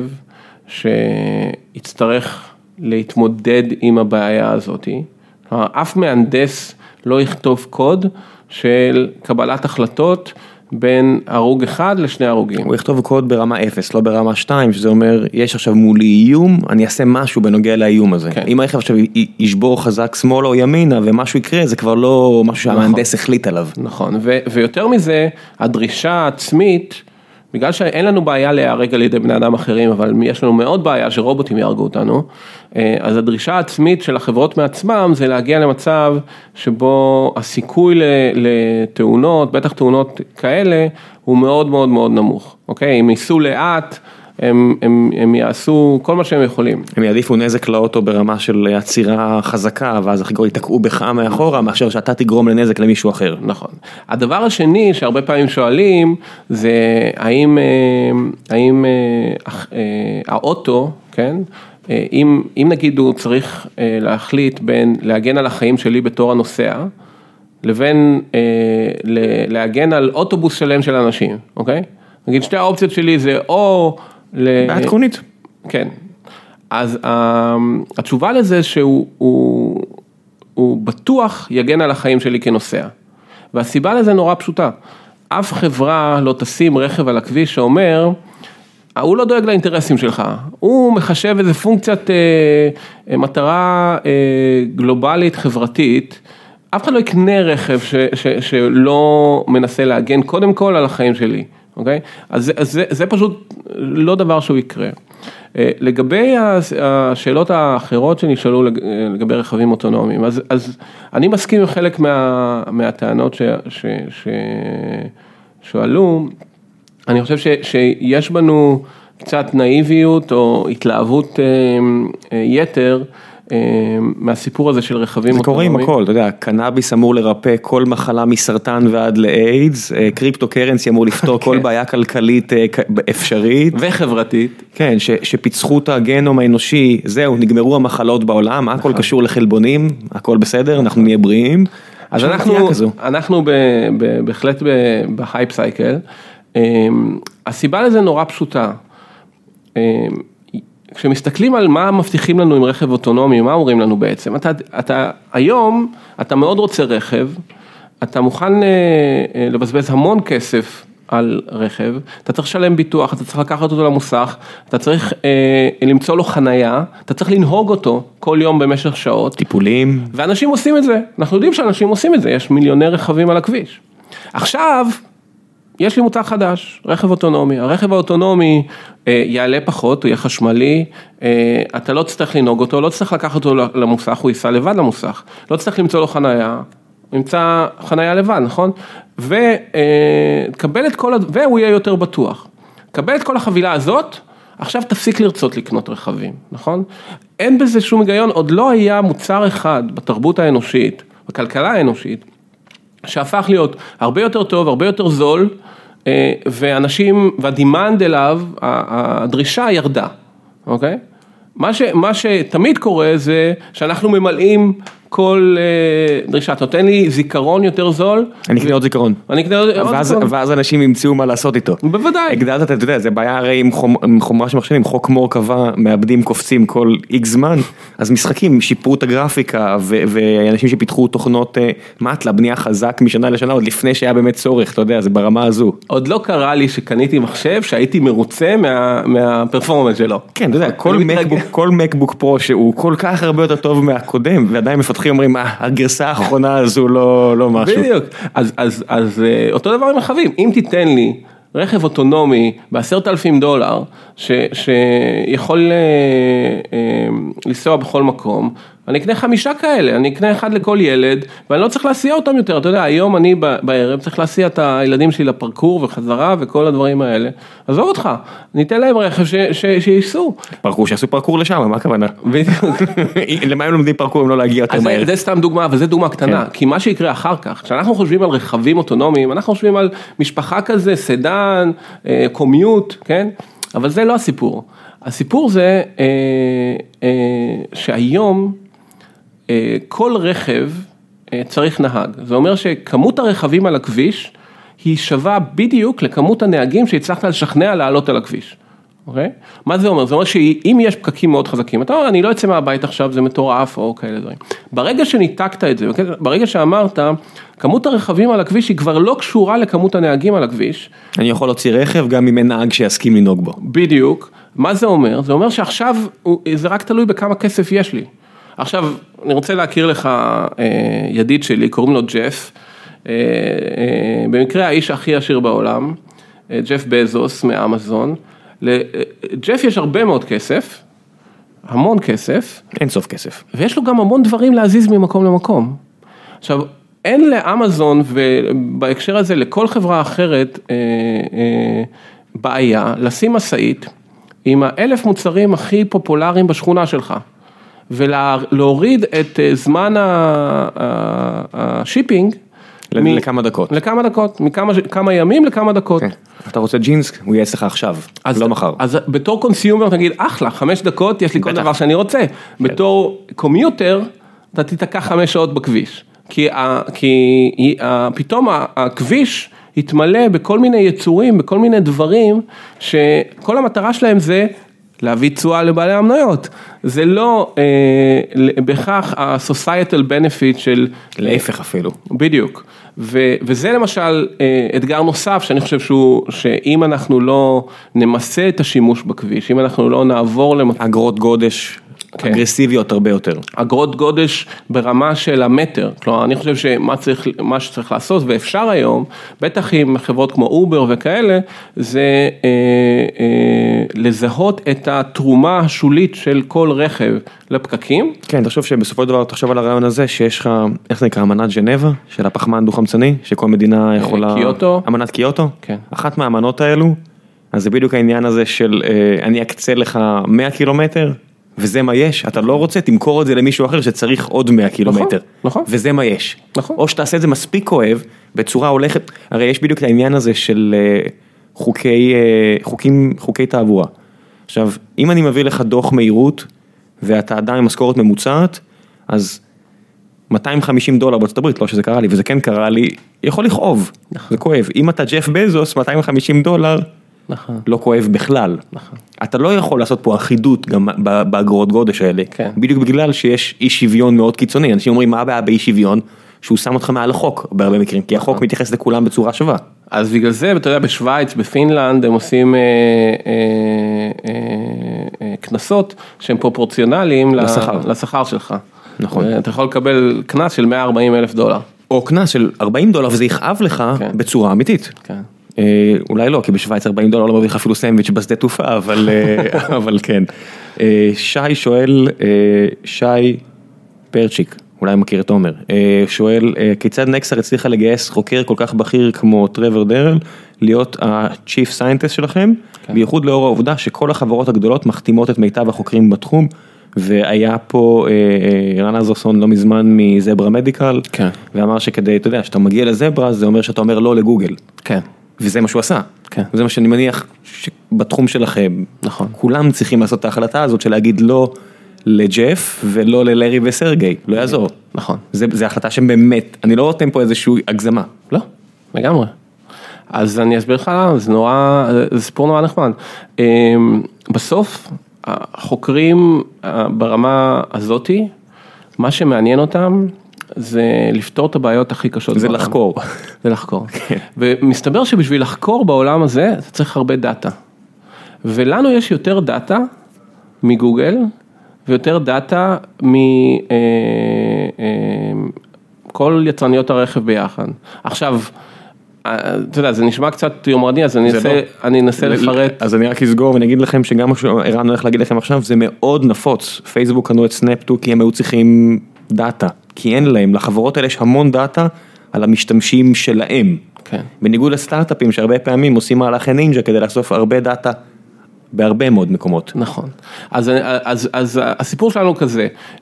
B: שיצטרך להתמודד עם הבעיה הזאת. אף מהנדס לא יכתוב קוד של קבלת החלטות בין הרוג אחד לשני הרוגים.
A: הוא יכתוב קוד ברמה 0, לא ברמה 2, שזה אומר, יש עכשיו מולי איום, אני אעשה משהו בנוגע לאיום הזה. כן. אם הרכב עכשיו ישבור חזק שמאלה או ימינה, ומשהו יקרה, זה כבר לא משהו שהמהנדס החליט עליו.
B: נכון, ויותר מזה, הדרישה העצמית, בגלל שאין לנו בעיה להיהרג על ידי בני אדם אחרים, אבל יש לנו מאוד בעיה שרובוטים יהרגו אותנו, אז הדרישה העצמית של החברות מעצמם, זה להגיע למצב שבו הסיכוי לתאונות, בטח תאונות כאלה, הוא מאוד מאוד מאוד נמוך. אוקיי? אם ייסעו לאט, הם יעשו כל מה שהם יכולים.
A: הם יעדיפו נזק לאוטו ברמה של עצירה חזקה, ואז החגור יתקעו בך מאחורה, מאשר שאתה תגרום לנזק למישהו אחר.
B: נכון. הדבר השני שהרבה פעמים שואלים, זה האם האוטו, כן? אם נגיד הוא צריך להחליט בין להגן על החיים שלי בתור הנוסע, לבין להגן על אוטובוס שלם של אנשים, אוקיי? נגיד שתי האופציות שלי זה או
A: בעיה עקרונית.
B: כן. אז התשובה לזה שהוא בטוח יגן על החיים שלי כנוסע. והסיבה לזה נורא פשוטה. אף חברה לא תשים רכב על הכביש שאומר, הוא לא דואג לאינטרסים שלך. הוא מחשב איזו פונקציית מטרה גלובלית חברתית. אף אחד לא יקנה רכב שלא מנסה להגן קודם כל על החיים שלי. אוקיי? אז זה פשוט לא דבר שהוא יקרה. לגבי השאלות האחרות שנשאלו לגבי רכבים אוטונומיים, אז אני מסכים עם חלק מהטענות ששואלו, אני חושב שיש בנו קצת נאיביות או התלהבות יתר, מהסיפור הזה של רכבים
A: אוטונומיים. זה קורה עם הכל, אתה יודע, קנאביס אמור לרפא כל מחלה מסרטן ועד לאיידס, קריפטו קרנסי אמור לפתור כל בעיה כלכלית אפשרית.
B: וחברתית.
A: כן, שפיצחו את הגנום האנושי, זהו, נגמרו המחלות בעולם, הכל קשור לחלבונים, הכל בסדר, אנחנו נהיה בריאים.
B: אז אנחנו בהחלט בהייפ סייקל, הסיבה לזה נורא פשוטה, כשמסתכלים על מה מבטיחים לנו עם רכב אוטונומי, מה אומרים לנו בעצם? היום אתה מאוד רוצה רכב, אתה מוכן לבזבז המון כסף על רכב, אתה צריך לשלם ביטוח, אתה צריך לקחת אותו למוסך, אתה צריך למצוא לו חנייה, אתה צריך לנהוג אותו כל יום במשך שעות.
A: טיפולים.
B: ואנשים עושים את זה, אנחנו יודעים שאנשים עושים את זה, יש מיליוני רכבים על הכביש. עכשיו, יש לי מוצר חדש, רכב אוטונומי, הרכב האוטונומי יעלה פחות, הוא יהיה חשמלי, אתה לא תצטרך לנהוג אותו, לא תצטרך לקחת אותו למוסך, הוא ייסע לבד למוסך, לא תצטרך למצוא לו חנייה, הוא ימצא חנייה לבד, נכון? וקבל את כל, והוא יהיה יותר בטוח. קבל את כל החבילה הזאת, עכשיו תפסיק לרצות לקנות רכבים, נכון? אין בזה שום היגיון, עוד לא היה מוצר אחד בתרבות האנושית, בכלכלה האנושית, שהפך להיות הרבה יותר טוב, הרבה יותר זול, ואנשים, והדימנד אליו, הדרישה ירדה, אוקיי? מה שתמיד קורה זה שאנחנו ממלאים כל דרישה, אתה נותן לי זיכרון יותר זול.
A: אני אקנה עוד זיכרון. ואז אנשים ימצאו מה לעשות איתו.
B: בוודאי.
A: הגדלת, אתה יודע, זה בעיה הרי עם חומרה שמחשבים, חוק מור קבע, מאבדים קופצים כל איקס זמן, אז משחקים, שיפרו את הגרפיקה, ואנשים שפיתחו תוכנות מטלה, בנייה חזק משנה לשנה, עוד לפני שהיה באמת צורך, אתה יודע, זה ברמה הזו.
B: עוד לא קרה לי שקניתי מחשב, שהייתי מרוצה מהפרפורמנס שלו.
A: כן, אתה יודע, כל מקבוק פרו שהוא כל כך הרבה יותר טוב מהקודם, ועדיין מפתחים אומרים, הגרסה האחרונה הזו לא משהו.
B: בדיוק. אז אותו דבר עם רכבים, אם תיתן לי רכב אוטונומי ב$10,000, שיכול לנסוע בכל מקום, אני אקנה 5 כאלה, אני אקנה 1 לכל ילד, ואני לא צריך להסיע אותם יותר, אתה יודע, היום אני בערב צריך להסיע את הילדים שלי לפרקור וחזרה וכל הדברים האלה, עזוב אותך, ניתן להם רכב שייסעו.
A: פרקור, שיעשו פרקור לשם, מה הכוונה? בדיוק. למה הם לומדים פרקור אם לא להגיע יותר מהר?
B: זה סתם דוגמה, אבל זה דוגמה קטנה, כי מה שיקרה אחר כך, כשאנחנו חושבים על רכבים אוטונומיים, אנחנו חושבים על משפחה כזה, סדן, קומיוט, כן? אבל זה לא הסיפור. הסיפור זה שהיום כל רכב צריך נהג. זה אומר שכמות הרכבים על הכביש היא שווה בדיוק לכמות הנהגים שהצלחת לשכנע לעלות על הכביש. אוקיי? מה זה אומר? זה אומר שאם יש פקקים מאוד חזקים, אתה אומר, אני לא אצא מהבית עכשיו, זה מטורף או כאלה דברים. ברגע שניתקת את זה, ברגע שאמרת, כמות הרכבים על הכביש היא כבר לא קשורה לכמות הנהגים על הכביש.
A: אני יכול להוציא רכב גם אם אין נהג שיסכים לנהוג בו.
B: בדיוק. מה זה אומר? זה אומר שעכשיו זה רק תלוי בכמה כסף יש לי. עכשיו, אני רוצה להכיר לך ידיד שלי, קוראים לו ג'ף, במקרה האיש הכי עשיר בעולם, ג'ף בזוס מאמזון, לג'ף יש הרבה מאוד כסף, המון כסף.
A: אין סוף כסף.
B: ויש לו גם המון דברים להזיז ממקום למקום. עכשיו, אין לאמזון, ובהקשר הזה לכל חברה אחרת, בעיה, לשים מסעית, עם 1,000 מוצרים הכי פופולריים בשכונה שלך, ולהוריד את זמן השיפינג,
A: לכמה דקות.
B: לכמה דקות, מכמה ימים לכמה דקות.
A: אתה רוצה ג'ינס, הוא יהיה אצלך עכשיו, לא מחר.
B: אז בתור קונסיומר תגיד, אחלה, 5 דקות, יש לי כל דבר שאני רוצה. בתור קומיוטר, אתה תתקע 5 שעות בכביש. כי פתאום הכביש התמלא בכל מיני יצורים, בכל מיני דברים, שכל המטרה שלהם זה להביא תשואה לבעלי המניות. זה לא בכך ה-societal benefit של...
A: להפך אפילו.
B: בדיוק. וזה למשל אתגר נוסף, שאני חושב שאם אנחנו לא נמסה את השימוש בכביש, אם אנחנו לא נעבור
A: אגרות גודש אגרסיביות הרבה יותר.
B: אגרות גודש ברמה של המטר, כלומר אני חושב שמה שצריך לעשות, ואפשר היום, בטח עם חברות כמו אובר וכאלה, זה לזהות את התרומה השולית של כל רכב לפקקים.
A: כן, תחשוב שבסופו של דבר, תחשוב על הרעיון הזה, שיש לך, איך זה נקרא, אמנת ז'נבה, של הפחמן דו-חמצני, שכל מדינה יכולה...
B: קיוטו.
A: אמנת קיוטו.
B: כן.
A: אחת מהאמנות האלו, אז זה בדיוק העניין הזה של, אני אקצה לך 100 קילומטר, וזה מה יש, אתה לא רוצה, תמכור את זה למישהו אחר שצי עוד 100 קילומטר,
B: נכון.
A: וזה מה יש.
B: נכון.
A: או שתעשה את זה מספיק כואב, בצורה הולכת, הרי יש בדיוק את העניין הזה של חוקי תעבורה. עכשיו, אם אני מביא לך דוח מהירות, ואתה עדיין משכורת ממוצעת, אז $250 בארצות הברית, לא שזה קרה לי, וזה כן קרה לי, יכול לכאוב, זה כואב. אם אתה ג'ף בזוס, $250,
B: נכון.
A: לא כואב בכלל.
B: נכון.
A: אתה לא יכול לעשות פה אחידות גם באגרות גודש האלה,
B: כן.
A: בדיוק בגלל שיש אי שוויון מאוד קיצוני, אנשים אומרים מה הבעיה באי שוויון, שהוא שם אותך מעל החוק בהרבה מקרים, כי החוק מתייחס לכולם בצורה שווה.
B: אז בגלל זה, אתה יודע, בשוויץ, בפינלנד, הם עושים כנסות שהם פרופורציונליים לשכר שלך.
A: נכון.
B: אתה יכול לקבל כנס של $140,000.
A: או כנס של $40, וזה יכאב לך בצורה אמיתית.
B: כן.
A: אולי לא, כי בשוויץ $40 לא מביא לך אפילו סנדוויץ' בשדה תעופה, אבל כן. שי שואל, שי פרצ'יק, אולי מכיר את עומר, שואל, כיצד נקסר הצליחה לגייס חוקר כל כך בכיר כמו טרוור דרל, להיות ה-Chief Scientist שלכם, בייחוד לאור העובדה שכל החברות הגדולות מחתימות את מיטב החוקרים בתחום, והיה פה רן עזרסון לא מזמן מזברה מדיקל, ואמר שכדי, אתה יודע, שאתה מגיע לזברה, זה אומר שאתה אומר לא לגוגל.
B: כן.
A: וזה מה שהוא עשה.
B: כן.
A: וזה מה שאני מניח שבתחום שלכם,
B: נכון.
A: כולם צריכים לעשות את ההחלטה הזאת של להגיד לא לג'ף ולא ללארי וסרגי, לא יעזור.
B: נכון.
A: זה החלטה שבאמת, אני לא רותם פה איזושהי הגזמה.
B: לא, לגמרי. אז אני אסביר לך, זה סיפור נורא נחמד. בסוף, החוקרים ברמה הזאתי, מה שמעניין אותם, זה לפתור את הבעיות הכי קשות.
A: זה לחקור.
B: זה לחקור. ומסתבר שבשביל לחקור בעולם הזה, אתה צריך הרבה דאטה. ולנו יש יותר דאטה מגוגל, ויותר דאטה מכל יצרניות הרכב ביחד. עכשיו, אתה יודע, זה נשמע קצת יומרני, אז אני אנסה לפרט.
A: אז אני רק אסגור ואני אגיד לכם שגם מה שערן הולך להגיד לכם עכשיו, זה מאוד נפוץ. פייסבוק קנו את סנאפ 2 כי הם היו צריכים דאטה, כי אין להם, לחברות האלה יש המון דאטה על המשתמשים שלהם.
B: כן.
A: בניגוד לסטארט-אפים שהרבה פעמים עושים מהלכי נינג'ה כדי לאסוף הרבה דאטה בהרבה מאוד מקומות.
B: נכון. אז הסיפור שלנו כזה,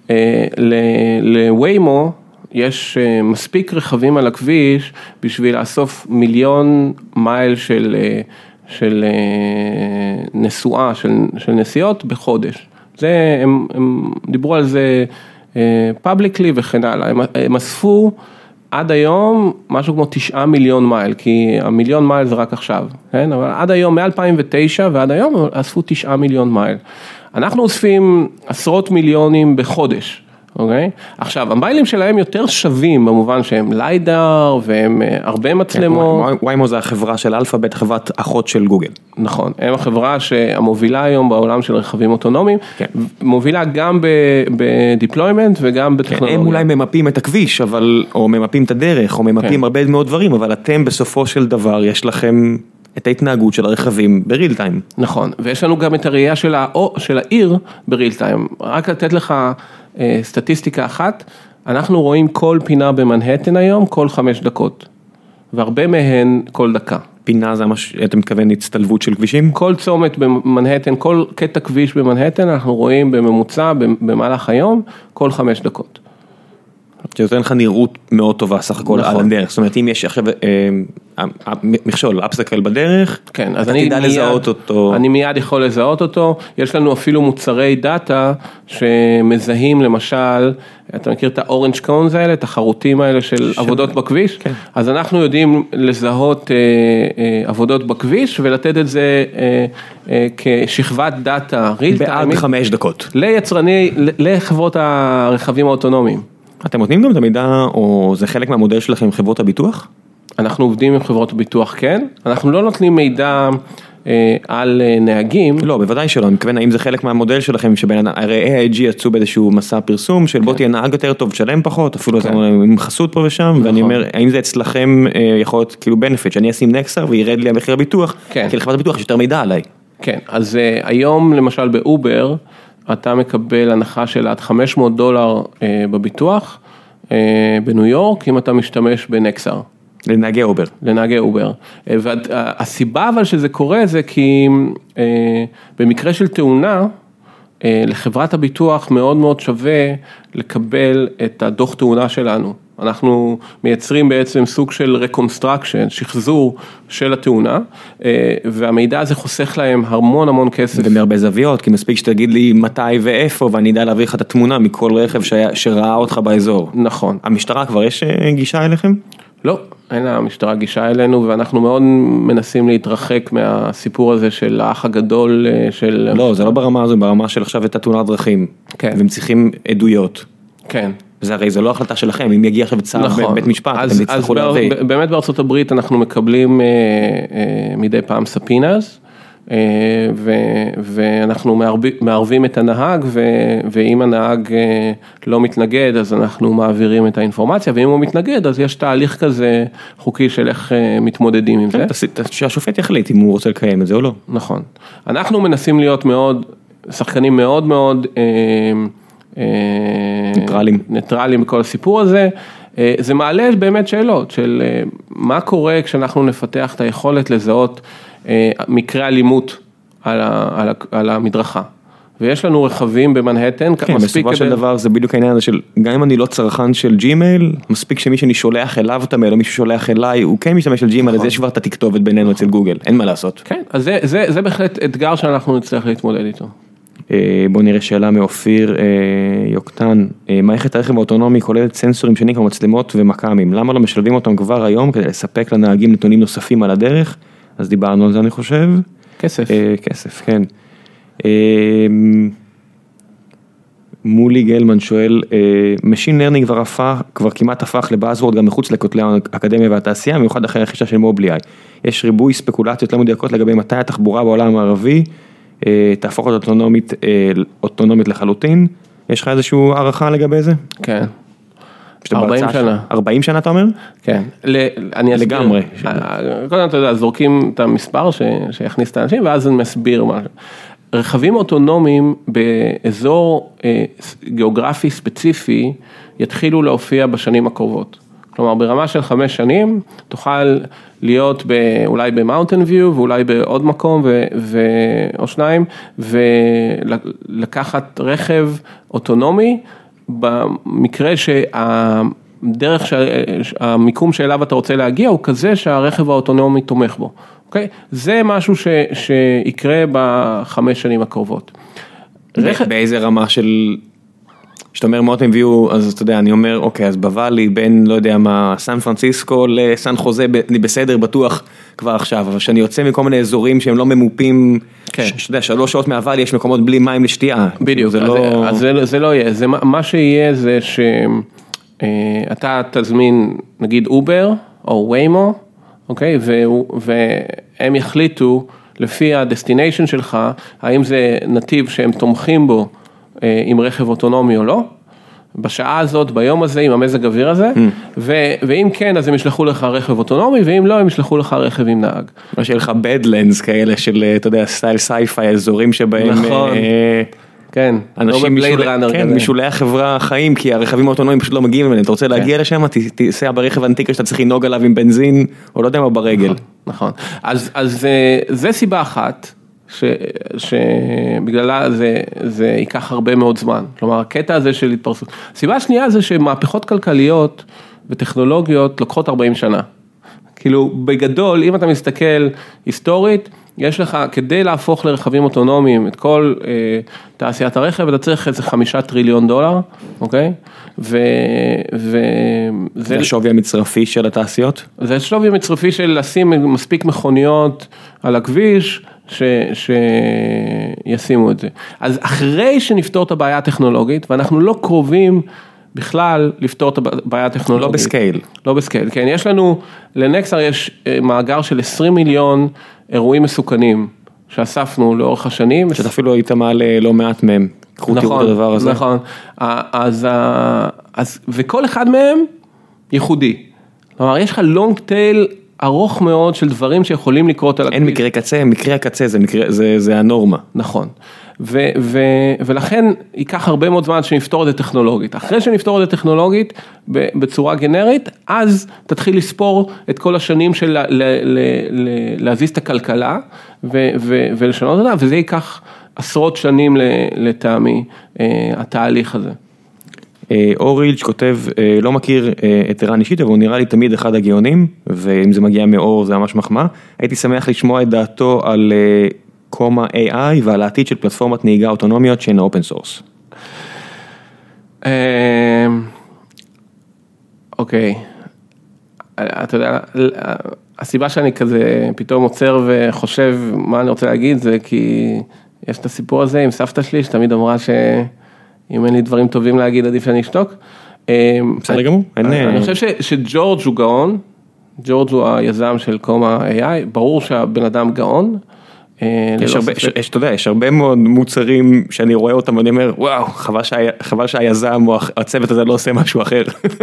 B: לוויימו יש מספיק רכבים על הכביש בשביל לאסוף 1,000,000 מייל של נסועה, של נסיעות בחודש. זה, הם דיברו על זה פאבליקלי וכן הלאה. הם אספו עד היום משהו כמו 9 מיליון מייל, כי 1,000,000 מייל זה רק עכשיו, כן? אבל עד היום, מ-2009 ועד היום, אספו 9 מיליון מייל. אנחנו אוספים עשרות מיליונים בחודש, אוקיי? עכשיו, המיילים שלהם יותר שווים, במובן שהם ליידר, והם הרבה מצלמות.
A: ויימו זה החברה של אלפאבית, חברת אחות של גוגל.
B: נכון, הם החברה שהמובילה היום בעולם של רכבים אוטונומיים, מובילה גם בדיפלוימנט וגם בטכנולוגיה.
A: הם אולי ממפים את הכביש, או ממפים את הדרך, או ממפים הרבה מאוד דברים, אבל אתם בסופו של דבר, יש לכם את ההתנהגות של הרכבים בריל טיים.
B: נכון, ויש לנו גם את הראייה של העיר בריל טיים. רק לתת לך סטטיסטיקה אחת, אנחנו רואים כל פינה במנהטן היום, כל 5 דקות, והרבה מהן כל דקה.
A: פינה זה מה שאתה מתכוון הצטלבות של כבישים?
B: כל צומת במנהטן, כל קטע כביש במנהטן, אנחנו רואים בממוצע במהלך היום, כל 5 דקות.
A: זה נותן לך נראות מאוד טובה סך הכל על הדרך, זאת אומרת אם יש עכשיו מכשול, אפסקל בדרך,
B: אתה תדע לזהות אותו. אני מיד יכול לזהות אותו, יש לנו אפילו מוצרי דאטה שמזהים למשל, אתה מכיר את האורנג' קונס האלה, את החרוטים האלה של עבודות בכביש, אז אנחנו יודעים לזהות עבודות בכביש ולתת את זה כשכבת דאטה
A: בעד 5 דקות.
B: לחברות הרכבים האוטונומיים.
A: אתם נותנים גם את המידע, או זה חלק מהמודל שלכם עם חברות הביטוח?
B: אנחנו עובדים עם חברות הביטוח, כן. אנחנו לא נותנים מידע על נהגים.
A: לא, בוודאי שלא. אני מכוון, האם זה חלק מהמודל שלכם, הרי AIG יצאו באיזשהו מסע פרסום, של בוא תהיה נהג יותר טוב, שלם פחות, אפילו עם חסות פה ושם, ואני אומר, האם זה אצלכם יכול להיות כאילו benefit, שאני אשים נקסר וירד לי המחיר הביטוח, כי לחברת הביטוח יש יותר מידע עליי.
B: כן, אז היום למשל באובר, אתה מקבל הנחה של עד $500 בביטוח בניו יורק, אם אתה משתמש בנקסר.
A: לנהגי אובר.
B: לנהגי אובר. והסיבה אבל שזה קורה זה כי במקרה של תאונה, לחברת הביטוח מאוד מאוד שווה לקבל את הדוח תאונה שלנו. אנחנו מייצרים בעצם סוג של reconstruction, שחזור של התאונה, והמידע הזה חוסך להם המון כסף.
A: ומהרבה זוויות, כי מספיק שתגיד לי מתי ואיפה, ואני יודע להביא לך את התמונה מכל רכב שראה אותך באזור.
B: נכון.
A: המשטרה כבר יש גישה אליכם?
B: לא, אין למשטרה גישה אלינו, ואנחנו מאוד מנסים להתרחק מהסיפור הזה של האח הגדול של...
A: לא, זה לא ברמה הזו, ברמה של עכשיו את התאונת דרכים.
B: כן.
A: והם צריכים עדויות.
B: כן.
A: זה הרי זה לא החלטה שלכם, אם יגיע עכשיו צער בבית משפט, אתם יצטרכו להביא.
B: באמת בארצות הברית אנחנו מקבלים מדי פעם ספינס, ואנחנו מערבים את הנהג, ואם הנהג לא מתנגד, אז אנחנו מעבירים את האינפורמציה, ואם הוא מתנגד, אז יש תהליך כזה חוקי של איך מתמודדים עם זה.
A: שהשופט יחליט אם הוא רוצה לקיים את זה או לא.
B: נכון. אנחנו מנסים להיות שחקנים מאוד ניטרלים בכל הסיפור הזה. זה מעלה באמת שאלות של מה קורה כשאנחנו נפתח את היכולת לזהות מקרה אלימות על המדרכה. ויש לנו רכבים במנהטן,
A: כן, בסופו של דבר זה בדיוק העניין הזה של, גם אם אני לא צרכן של ג'ימייל, מספיק שמי שאני שולח אליו את המייל, או מישהו שולח אליי, הוא כן משתמש של ג'ימייל, אז יש כבר את התכתובת בינינו אצל גוגל, אין מה לעשות.
B: כן, אז זה בהחלט אתגר שאנחנו נצטרך להתמודד איתו.
A: בוא נראה שאלה מאופיר יוקטן, מערכת הרכב האוטונומי כוללת סנסורים שונים כמו מצלמות ומקאמים, למה לא משלבים אותם כבר היום כדי לספק לנהגים נתונים נוספים על הדרך? אז דיברנו על זה אני חושב.
B: כסף.
A: כסף, כן. מולי גלמן שואל, Machine Learning כבר כמעט הפך לבאזוורד גם מחוץ לכותלי האקדמיה והתעשייה, במיוחד אחרי הרכישה של מובליאי. יש ריבוי ספקולציות לא מדויקות לגבי מתי התחבורה בעולם הערבי, תהפוך את אוטונומית לחלוטין. יש לך איזושהי הערכה לגבי זה?
B: כן. 40 שנה.
A: 40 שנה אתה אומר?
B: כן. אני אסביר.
A: לגמרי.
B: קודם אתה יודע, זורקים את המספר שיכניס את האנשים, ואז אני מסביר משהו. רכבים אוטונומיים באזור גיאוגרפי ספציפי, יתחילו להופיע בשנים הקרובות. כלומר, ברמה של 5 שנים, תוכל להיות אולי במאונטן ויו, ואולי בעוד מקום, או שניים, ולקחת רכב אוטונומי, במקרה שהדרך, המיקום שאליו אתה רוצה להגיע, הוא כזה שהרכב האוטונומי תומך בו. אוקיי? זה משהו שיקרה ב5 שנים הקרובות.
A: באיזה רמה של... שאתה אומר מאונטן ויו, אז אתה יודע, אני אומר, אוקיי, אז בוואלי, בין, לא יודע מה, סן פרנסיסקו לסן חוזה, אני בסדר, בטוח כבר עכשיו, אבל שאני יוצא מכל מיני אזורים שהם לא ממופים, שאתה יודע, 3 שעות מהוואלי, יש מקומות בלי מים לשתייה.
B: בדיוק, אז זה לא יהיה, מה שיהיה זה שאתה תזמין, נגיד אובר, או ויימו, אוקיי, והם יחליטו, לפי הדסטיניישן שלך, האם זה נתיב שהם תומכים בו, עם רכב אוטונומי או לא, בשעה הזאת, ביום הזה, עם המזג אוויר הזה, ואם כן, אז הם ישלחו לך רכב אוטונומי, ואם לא, הם ישלחו לך רכב עם נהג.
A: מה שיהיה לך בדלנדס כאלה של, אתה יודע, סטייל סייפיי, אזורים שבהם...
B: נכון, כן,
A: אנשים משולי החברה חיים, כי הרכבים האוטונומיים פשוט לא מגיעים אליהם, אתה רוצה להגיע לשם, תיסע ברכב אנטיקה שאתה צריך לנהוג עליו עם בנזין, או לא יודע מה, ברגל.
B: נכון, אז זה סיבה אחת, שבגללה זה ייקח הרבה מאוד זמן, כלומר הקטע הזה של התפרסות. הסיבה השנייה זה שמהפכות כלכליות וטכנולוגיות לוקחות 40 שנה. כאילו בגדול, אם אתה מסתכל היסטורית, יש לך, כדי להפוך לרכבים אוטונומיים את כל תעשיית הרכב, אתה צריך איזה 5 טריליון דולר, אוקיי?
A: זה השווי המצרפי של התעשיות?
B: זה השווי המצרפי של לשים מספיק מכוניות על הכביש, שישימו את זה. אז אחרי שנפתור את הבעיה הטכנולוגית, ואנחנו לא קרובים בכלל לפתור את הבעיה הטכנולוגית.
A: לא בסקייל.
B: לא בסקייל, כן. יש לנו, לנקסר יש מאגר של 20 מיליון אירועים מסוכנים, שאספנו לאורך השנים.
A: שאתה אפילו היית מעלה לא מעט מהם. קחו תראו את הדבר הזה.
B: נכון. וכל אחד מהם ייחודי. כלומר, יש לך לונג טייל ארוך מאוד של דברים שיכולים לקרות על הכביש.
A: אין מקרה קצה, מקרה הקצה זה הנורמה.
B: נכון. ולכן ייקח הרבה מאוד זמן שנפתור את זה טכנולוגית. אחרי שנפתור את זה טכנולוגית בצורה גנרית, אז תתחיל לספור את כל השנים של להזיז את הכלכלה ולשנות אותה, וזה ייקח עשרות שנים לטעמי, התהליך הזה.
A: אורילג' כותב, לא מכיר את ערן אישית, אבל הוא נראה לי תמיד אחד הגאונים, ואם זה מגיע מאור זה ממש מחמאה. הייתי שמח לשמוע את דעתו על קומה AI ועל העתיד של פלטפורמת נהיגה אוטונומיות שהן אופן סורס.
B: אוקיי, אתה יודע, הסיבה שאני כזה פתאום עוצר וחושב מה אני רוצה להגיד, זה כי יש את הסיפור הזה עם סבתא שלי, שתמיד אמרה אם אין לי דברים טובים להגיד, עדיף שאני אשתוק.
A: בסדר גמור.
B: אני חושב שג'ורג' הוא גאון, ג'ורג' הוא היזם של קומה AI, ברור שהבן אדם גאון.
A: יש הרבה מאוד מוצרים שאני רואה אותם ואני אומר, וואו, חבל שהיזם או הצוות הזה לא עושה משהו אחר.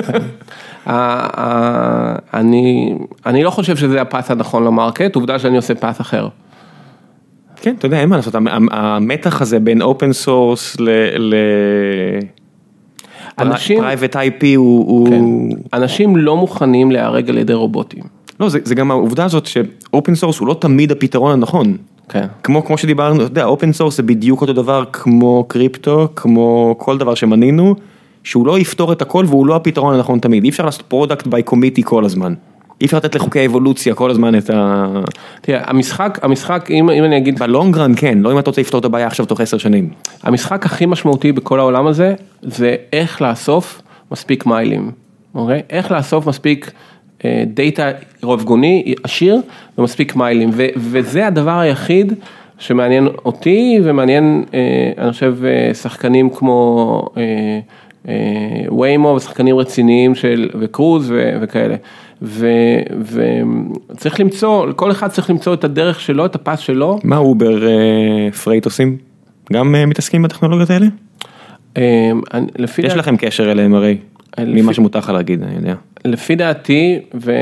B: אני לא חושב שזה הפס הנכון למרקט, עובדה שאני עושה פס אחר.
A: כן, אתה יודע, אין מה לעשות, המתח הזה בין אופן סורס לפרייבט IP הוא...
B: אנשים לא מוכנים להיהרג על ידי רובוטים.
A: לא, זה גם העובדה הזאת שאופן סורס הוא לא תמיד הפתרון הנכון.
B: כן.
A: כמו שדיברנו, אתה יודע, אופן סורס זה בדיוק אותו דבר כמו קריפטו, כמו כל דבר שמנינו, שהוא לא יפתור את הכל והוא לא הפתרון הנכון תמיד. אי אפשר לעשות פרודקט ביי קומיטי כל הזמן. אי אפשר לתת לחוקי האבולוציה כל הזמן את ה...
B: תראה, המשחק, אם אני אגיד...
A: בלונגרן כן, לא אם אתה רוצה לפתור את הבעיה עכשיו תוך 10 שנים.
B: המשחק הכי משמעותי בכל העולם הזה, זה איך לאסוף מספיק מיילים. אוקיי? איך לאסוף מספיק דאטה רבגוני, עשיר, ומספיק מיילים. וזה הדבר היחיד שמעניין אותי, ומעניין, אני חושב, שחקנים כמו ויימו, ושחקנים רציניים וקרוז וכאלה. וצריך למצוא, כל אחד צריך למצוא את הדרך שלו, את הפס שלו.
A: מה אובר פרייט עושים? גם מתעסקים בטכנולוגיות האלה? יש לכם קשר אליהם הרי. ממה שמותר לך להגיד, אני יודע.
B: לפי דעתי,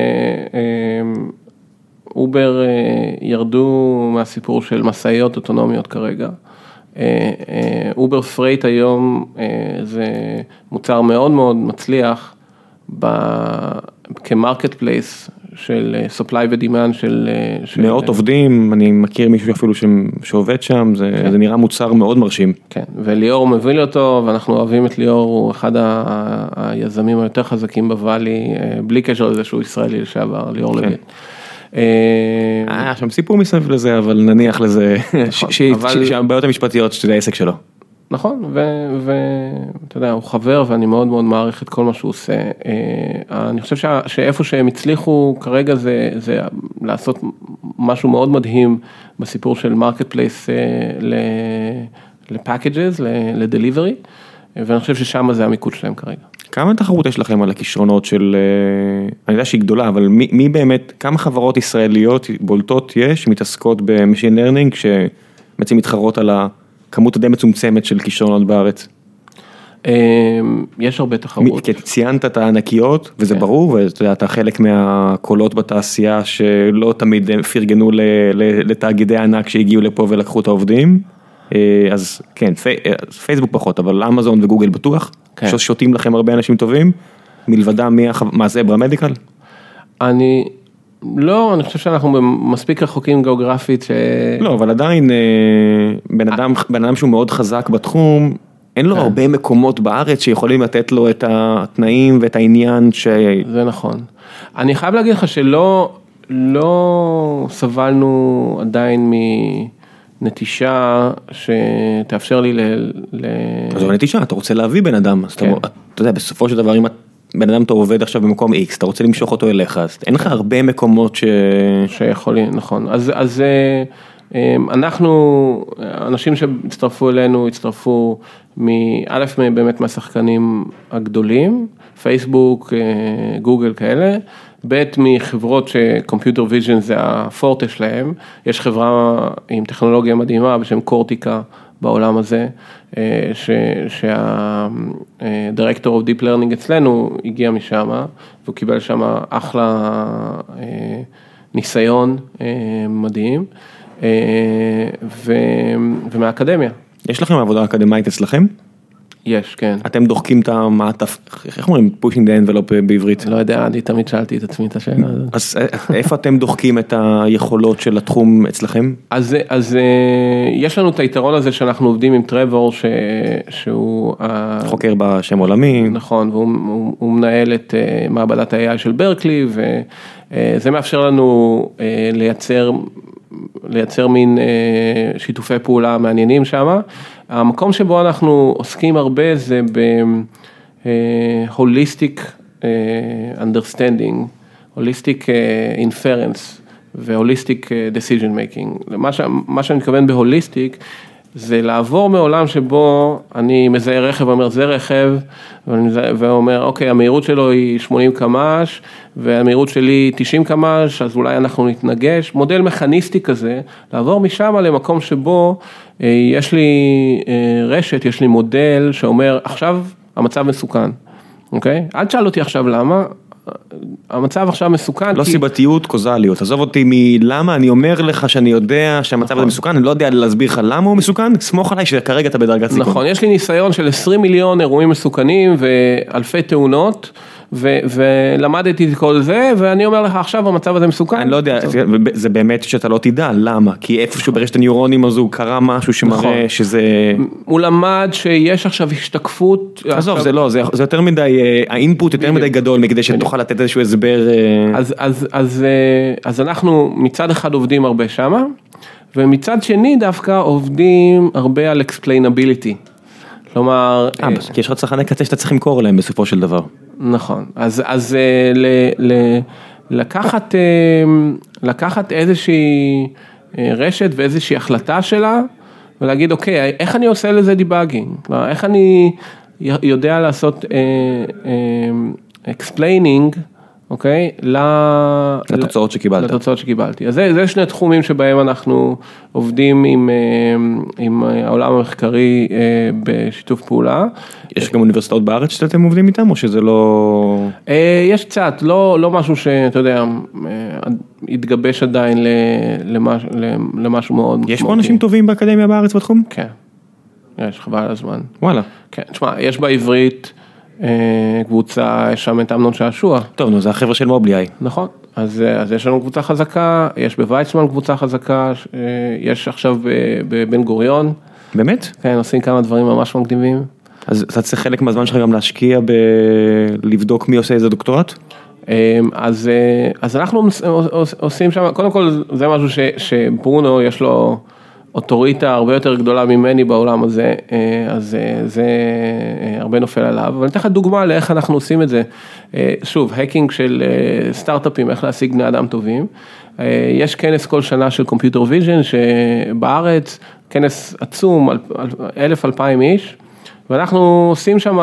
B: ואובר ירדו מהסיפור של מסעיות אוטונומיות כרגע. אובר פרייט היום זה מוצר מאוד מאוד מצליח כמרקט פלייס של supply ו-demand של...
A: מאות עובדים, אני מכיר מישהו אפילו שעובד שם, זה נראה מוצר מאוד מרשים.
B: כן, וליאור מביא לי אותו, ואנחנו אוהבים את ליאור, הוא אחד היזמים היותר חזקים בוואלי, בלי קשר לזה שהוא ישראלי לשעבר, ליאור לוין.
A: שם סיפור מסביב לזה, אבל נניח לזה, שהבעיות המשפטיות שזה העסק שלו.
B: נכון, ואתה יודע, הוא חבר ואני מאוד מאוד מעריך את כל מה שהוא עושה. אני חושב שאיפה שהם הצליחו כרגע זה לעשות משהו מאוד מדהים בסיפור של מרקט פלייס לפאקג'ז, לדליברי, ואני חושב ששם זה המיקוד שלהם כרגע.
A: כמה תחרות יש לכם על הכישרונות של, אני יודע שהיא גדולה, אבל מי באמת, כמה חברות ישראליות בולטות יש, מתעסקות במשין לרנינג, שבעצם מתחרות על הכמות הדי מצומצמת של כישרונות בארץ?
B: יש הרבה תחרות.
A: ציינת את הענקיות, וזה ברור, ואתה חלק מהקולות בתעשייה, שלא תמיד פרגנו לתאגידי הענק שהגיעו לפה ולקחו את העובדים. אז כן, פייסבוק פחות, אבל אמזון וגוגל בטוח, שותים לכם הרבה אנשים טובים, מלבדם מה זה ברמדיקל?
B: אני חושב שאנחנו מספיק רחוקים גיאוגרפית
A: לא, אבל עדיין בן אדם שהוא מאוד חזק בתחום, אין לו הרבה מקומות בארץ שיכולים לתת לו את התנאים ואת העניין
B: זה נכון. אני חייב להגיד לך שלא סבלנו עדיין נטישה שתאפשר לי
A: אז זה נטישה, אתה רוצה להביא בן אדם, אז אתה יודע, בסופו של דבר, אם בן אדם אתה עובד עכשיו במקום X, אתה רוצה למשוך אותו אליך, אז אין לך הרבה מקומות
B: שיכולים, נכון. אז אנחנו, אנשים שהצטרפו אלינו, הצטרפו א' באמת מהשחקנים הגדולים, פייסבוק, גוגל כאלה, ב' מחברות שקומפיוטר ויז'ן זה הפורטה שלהם, יש חברה עם טכנולוגיה מדהימה בשם קורטיקה בעולם הזה, שהדירקטור of Deep Learning אצלנו הגיע משם, והוא קיבל שם אחלה ניסיון מדהים, ומהאקדמיה.
A: יש לכם עבודה אקדמית אצלכם?
B: יש, כן.
A: אתם דוחקים את המעטף, איך אומרים? pushing the envelope בעברית?
B: לא יודע, אני תמיד שאלתי את עצמי את השאלה הזאת.
A: אז איפה אתם דוחקים את היכולות של התחום אצלכם?
B: אז יש לנו את היתרון הזה שאנחנו עובדים עם טרוור, שהוא...
A: חוקר בשם עולמי.
B: נכון, והוא מנהל את מעבדת ה-AI של ברקלי, וזה מאפשר לנו לייצר מין שיתופי פעולה מעניינים שם. המקום שבו אנחנו עוסקים הרבה זה ב-holistic understanding, holistic inference ו-holistic decision making. מה שאני מתכוון ב-holistic זה לעבור מעולם שבו אני מזהה רכב ואומר זה רכב, ואומר אוקיי המהירות שלו היא 80 קמ"ש והמהירות שלי 90 קמ"ש, אז אולי אנחנו נתנגש, מודל מכניסטי כזה, לעבור משם למקום שבו יש לי רשת, יש לי מודל שאומר עכשיו המצב מסוכן, אוקיי? אל תשאל אותי עכשיו למה, המצב עכשיו מסוכן.
A: לא סיבתיות, קוזליות. עזוב אותי מלמה, אני אומר לך שאני יודע שהמצב הזה מסוכן, אני לא יודע להסביר לך למה הוא מסוכן, סמוך עליי שכרגע אתה בדרגת סיכון.
B: נכון, יש לי ניסיון של 20 מיליון אירועים מסוכנים ואלפי תאונות, ולמדתי את כל זה, ואני אומר לך עכשיו המצב הזה מסוכן.
A: אני לא יודע, זה באמת שאתה לא תדע, למה? כי איפשהו ברשת הניורונים הזו קרה משהו שמראה שזה...
B: הוא למד שיש עכשיו השתקפות...
A: עזוב, זה לא, זה יותר מדי, האינפוט יותר מדי גדול, מכדי שתוכל לתת איזשהו הסבר...
B: אז אנחנו מצד אחד עובדים הרבה שמה, ומצד שני דווקא עובדים הרבה על explainability. כלומר...
A: כי יש לך צרכני קצה שאתה צריך למכור להם בסופו של דבר.
B: נכון, אז לקחת איזושהי רשת ואיזושהי החלטה שלה, ולהגיד אוקיי, איך אני עושה לזה דיבאגינג? איך אני יודע לעשות explaining, אוקיי?
A: לתוצאות שקיבלת.
B: לתוצאות שקיבלתי. אז זה שני תחומים שבהם אנחנו עובדים עם העולם המחקרי בשיתוף פעולה.
A: יש גם אוניברסיטאות בארץ שאתם עובדים איתם, או שזה לא...
B: יש קצת, לא משהו שאתה יודע, התגבש עדיין למשהו מאוד...
A: יש פה אנשים טובים באקדמיה בארץ בתחום?
B: כן, יש, חבל על הזמן.
A: וואלה.
B: כן, תשמע, יש בעברית קבוצה, יש שם את אמנון שעשוע.
A: טוב, נו, זה החבר'ה של מובלי-איי.
B: נכון, אז יש לנו קבוצה חזקה, יש בוויצמן קבוצה חזקה, יש עכשיו בבן גוריון.
A: באמת?
B: כן, עושים כמה דברים ממש מגניבים.
A: אז אתה צריך חלק מהזמן שלך גם להשקיע לבדוק מי עושה איזה דוקטורט?
B: אז אנחנו עושים שם, קודם כל זה משהו שברונו יש לו אוטוריטה הרבה יותר גדולה ממני בעולם הזה, אז זה הרבה נופל עליו, אבל אני אתן לך דוגמה לאיך אנחנו עושים את זה. שוב, האקינג של סטארט-אפים, איך להשיג בני אדם טובים. יש כנס כל שנה של Computer Vision, שבארץ, כנס עצום, 1,000-2,000 איש, ואנחנו עושים שם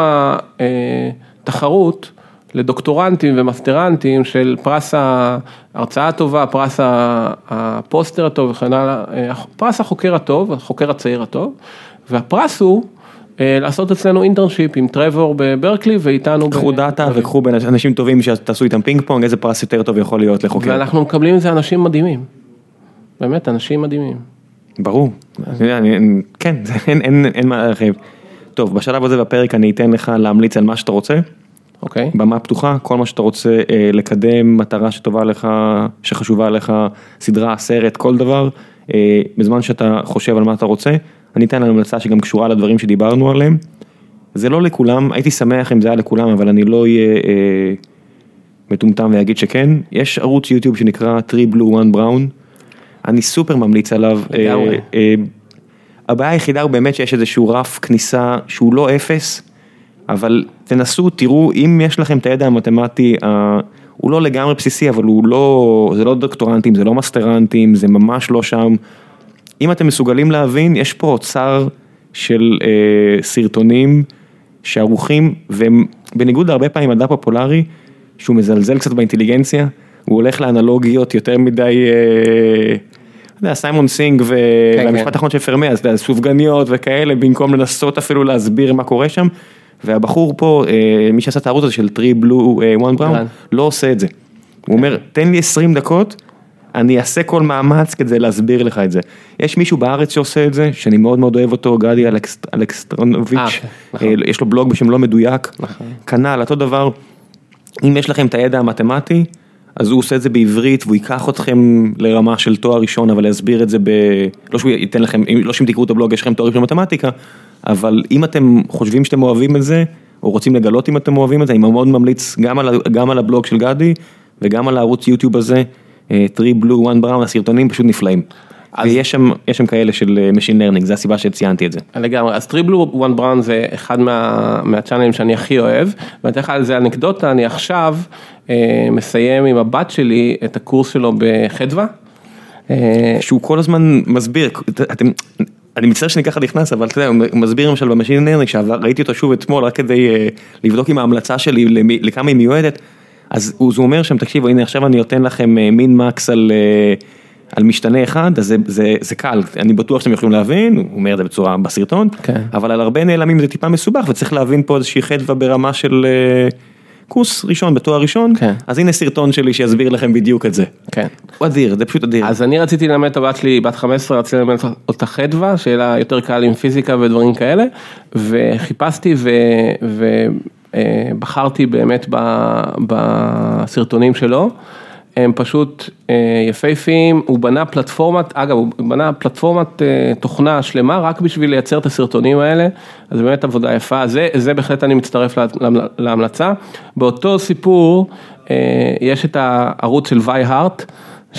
B: תחרות לדוקטורנטים ומאסטרנטים של פרס ההרצאה הטובה, פרס הפוסטר הטוב וכן הלאה, פרס החוקר הטוב, החוקר הצעיר הטוב, והפרס הוא לעשות אצלנו אינטרנשיפ עם טרוור בברקלי ואיתנו...
A: קחו דאטה וקחו אנשים טובים שתעשו איתם פינג פונג, איזה פרס יותר טוב יכול להיות לחוקר.
B: ואנחנו מקבלים את זה אנשים מדהימים, באמת אנשים מדהימים.
A: ברור, כן, אין מה להרחיב. טוב, בשלב הזה בפרק אני אתן לך להמליץ על מה שאתה רוצה.
B: אוקיי.
A: במה פתוחה, כל מה שאתה רוצה לקדם, מטרה שטובה לך, שחשובה לך, סדרה, סרט, כל דבר, בזמן שאתה חושב על מה אתה רוצה, אני אתן לנו המלצה שגם קשורה לדברים שדיברנו עליהם. זה לא לכולם, הייתי שמח אם זה היה לכולם, אבל אני לא אהיה מטומטם ויגיד שכן. יש ערוץ יוטיוב שנקרא 3 Blue 1 Brown, אני סופר ממליץ עליו. הבעיה היחידה הוא באמת שיש איזשהו רף כניסה שהוא לא אפס, אבל תנסו, תראו, אם יש לכם את הידע המתמטי, הוא לא לגמרי בסיסי, אבל זה לא דוקטורנטים, זה לא מאסטרנטים, זה ממש לא שם. אם אתם מסוגלים להבין, יש פה אוצר של סרטונים שערוכים, ובניגוד להרבה פעמים מדע פופולרי, שהוא מזלזל קצת באינטליגנציה, הוא הולך לאנלוגיות יותר מדי... סיימון סינג והמשפט האחרון של פרמי, אז סופגניות וכאלה, במקום לנסות אפילו להסביר מה קורה שם, והבחור פה, מי שעשה את הערוץ הזה של 3 Blue 1 Brown, לא עושה את זה. הוא אומר, תן לי 20 דקות, אני אעשה כל מאמץ כדי להסביר לך את זה. יש מישהו בארץ שעושה את זה, שאני מאוד מאוד אוהב אותו, גדי אלכסטרונוביץ', יש לו בלוג בשם לא מדויק, כנ"ל, אותו דבר, אם יש לכם את הידע המתמטי, אז הוא עושה את זה בעברית, והוא ייקח אתכם לרמה של תואר ראשון, אבל להסביר את זה לא שהוא ייתן לכם, לא שאם תקראו את הבלוג, יש לכם תואר ראשון במתמטיקה, אבל אם אתם חושבים שאתם אוהבים את זה, או רוצים לגלות אם אתם אוהבים את זה, אני מאוד ממליץ גם על הבלוג של גדי, וגם על הערוץ יוטיוב הזה, 3 Blue 1 Brown, הסרטונים פשוט נפלאים. ויש שם כאלה של Machine Learning, זה הסיבה שציינתי את זה.
B: לגמרי, אז 3 Blue 1 Brown זה אחד מהצ'אנלים שאני הכי אוהב, ואני אתן לך על זה אנקדוטה, אני עכשיו מסיים עם הבת שלי את הקורס שלו בחדווה.
A: שהוא כל הזמן מסביר, אני מצטער שאני ככה נכנס, אבל אתה יודע, הוא מסביר למשל במשין לרנינג, שראיתי אותו שוב אתמול, רק כדי לבדוק עם ההמלצה שלי לכמה היא מיועדת, אז הוא אומר שם, תקשיבו, הנה עכשיו אני נותן לכם מין מקס על משתנה אחד, אז זה קל, אני בטוח שאתם יכולים להבין, הוא אומר את זה בצורה בסרטון, אבל על הרבה נעלמים זה טיפה מסובך, וצריך להבין פה איזושהי חדווה ברמה של קורס ראשון, בתואר ראשון, אז הנה סרטון שלי שיסביר לכם בדיוק את זה. כן. הוא אדיר, זה פשוט אדיר.
B: אז אני רציתי ללמד את הבת שלי, בת 15, רציתי ללמד אותה חדווה, שאלה יותר קל עם פיזיקה ודברים כאלה, וחיפשתי ובחרתי באמת בסרטונים שלו, הם פשוט יפהפיים, הוא בנה פלטפורמת, אגב, הוא בנה פלטפורמת תוכנה שלמה, רק בשביל לייצר את הסרטונים האלה, אז באמת עבודה יפה, זה בהחלט אני מצטרף להמלצה. באותו סיפור, יש את הערוץ של וואי הארט,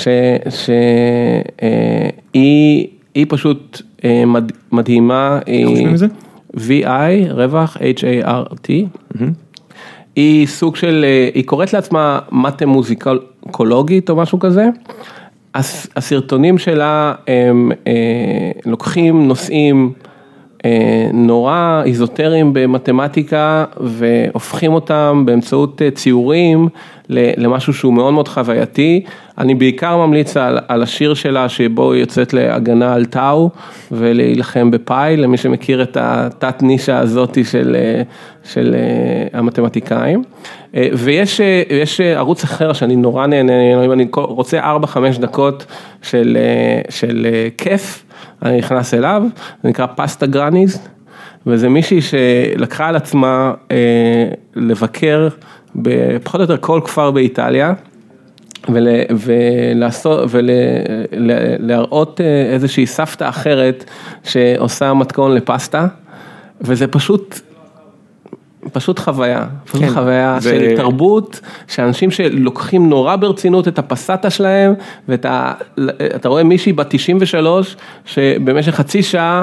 B: שהיא פשוט מדהימה,
A: איך חושבים את זה?
B: VI, רווח, HART, היא סוג של, היא קוראת לעצמה מטה-מוזיקולוגית או משהו כזה, הסרטונים שלה הם לוקחים נושאים נורא איזוטריים במתמטיקה, והופכים אותם באמצעות ציורים למשהו שהוא מאוד מאוד חווייתי. אני בעיקר ממליץ על השיר שלה, שבו היא יוצאת להגנה על טאו, ולהילחם בפאי, למי שמכיר את התת נישה הזאת של המתמטיקאים. ויש ערוץ אחר שאני נורא נהנה, אם אני רוצה 4-5 דקות של כיף, אני נכנס אליו, זה נקרא פסטה גרניז, וזה מישהי שלקחה על עצמה לבקר בפחות או יותר כל כפר באיטליה, ולהראות איזושהי סבתא אחרת שעושה מתכון לפסטה, וזה פשוט חוויה, פשוט חוויה של תרבות, שאנשים שלוקחים נורא ברצינות את הפסטה שלהם, ואתה רואה מישהי בת 93, שבמשך חצי שעה,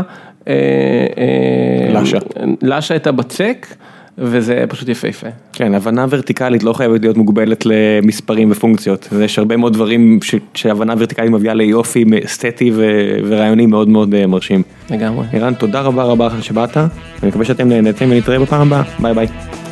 B: לשה את הבצק, וזה פשוט יפהפה.
A: כן, הבנה ורטיקלית לא חייבת להיות מוגבלת למספרים ופונקציות. יש הרבה מאוד דברים שהבנה ורטיקלית מביאה ליופי אסתטי ורעיוני מאוד מאוד מרשים.
B: לגמרי.
A: ערן, תודה רבה שבאת. אני מקווה שאתם נהנתם ונתראה בפעם הבאה. ביי ביי.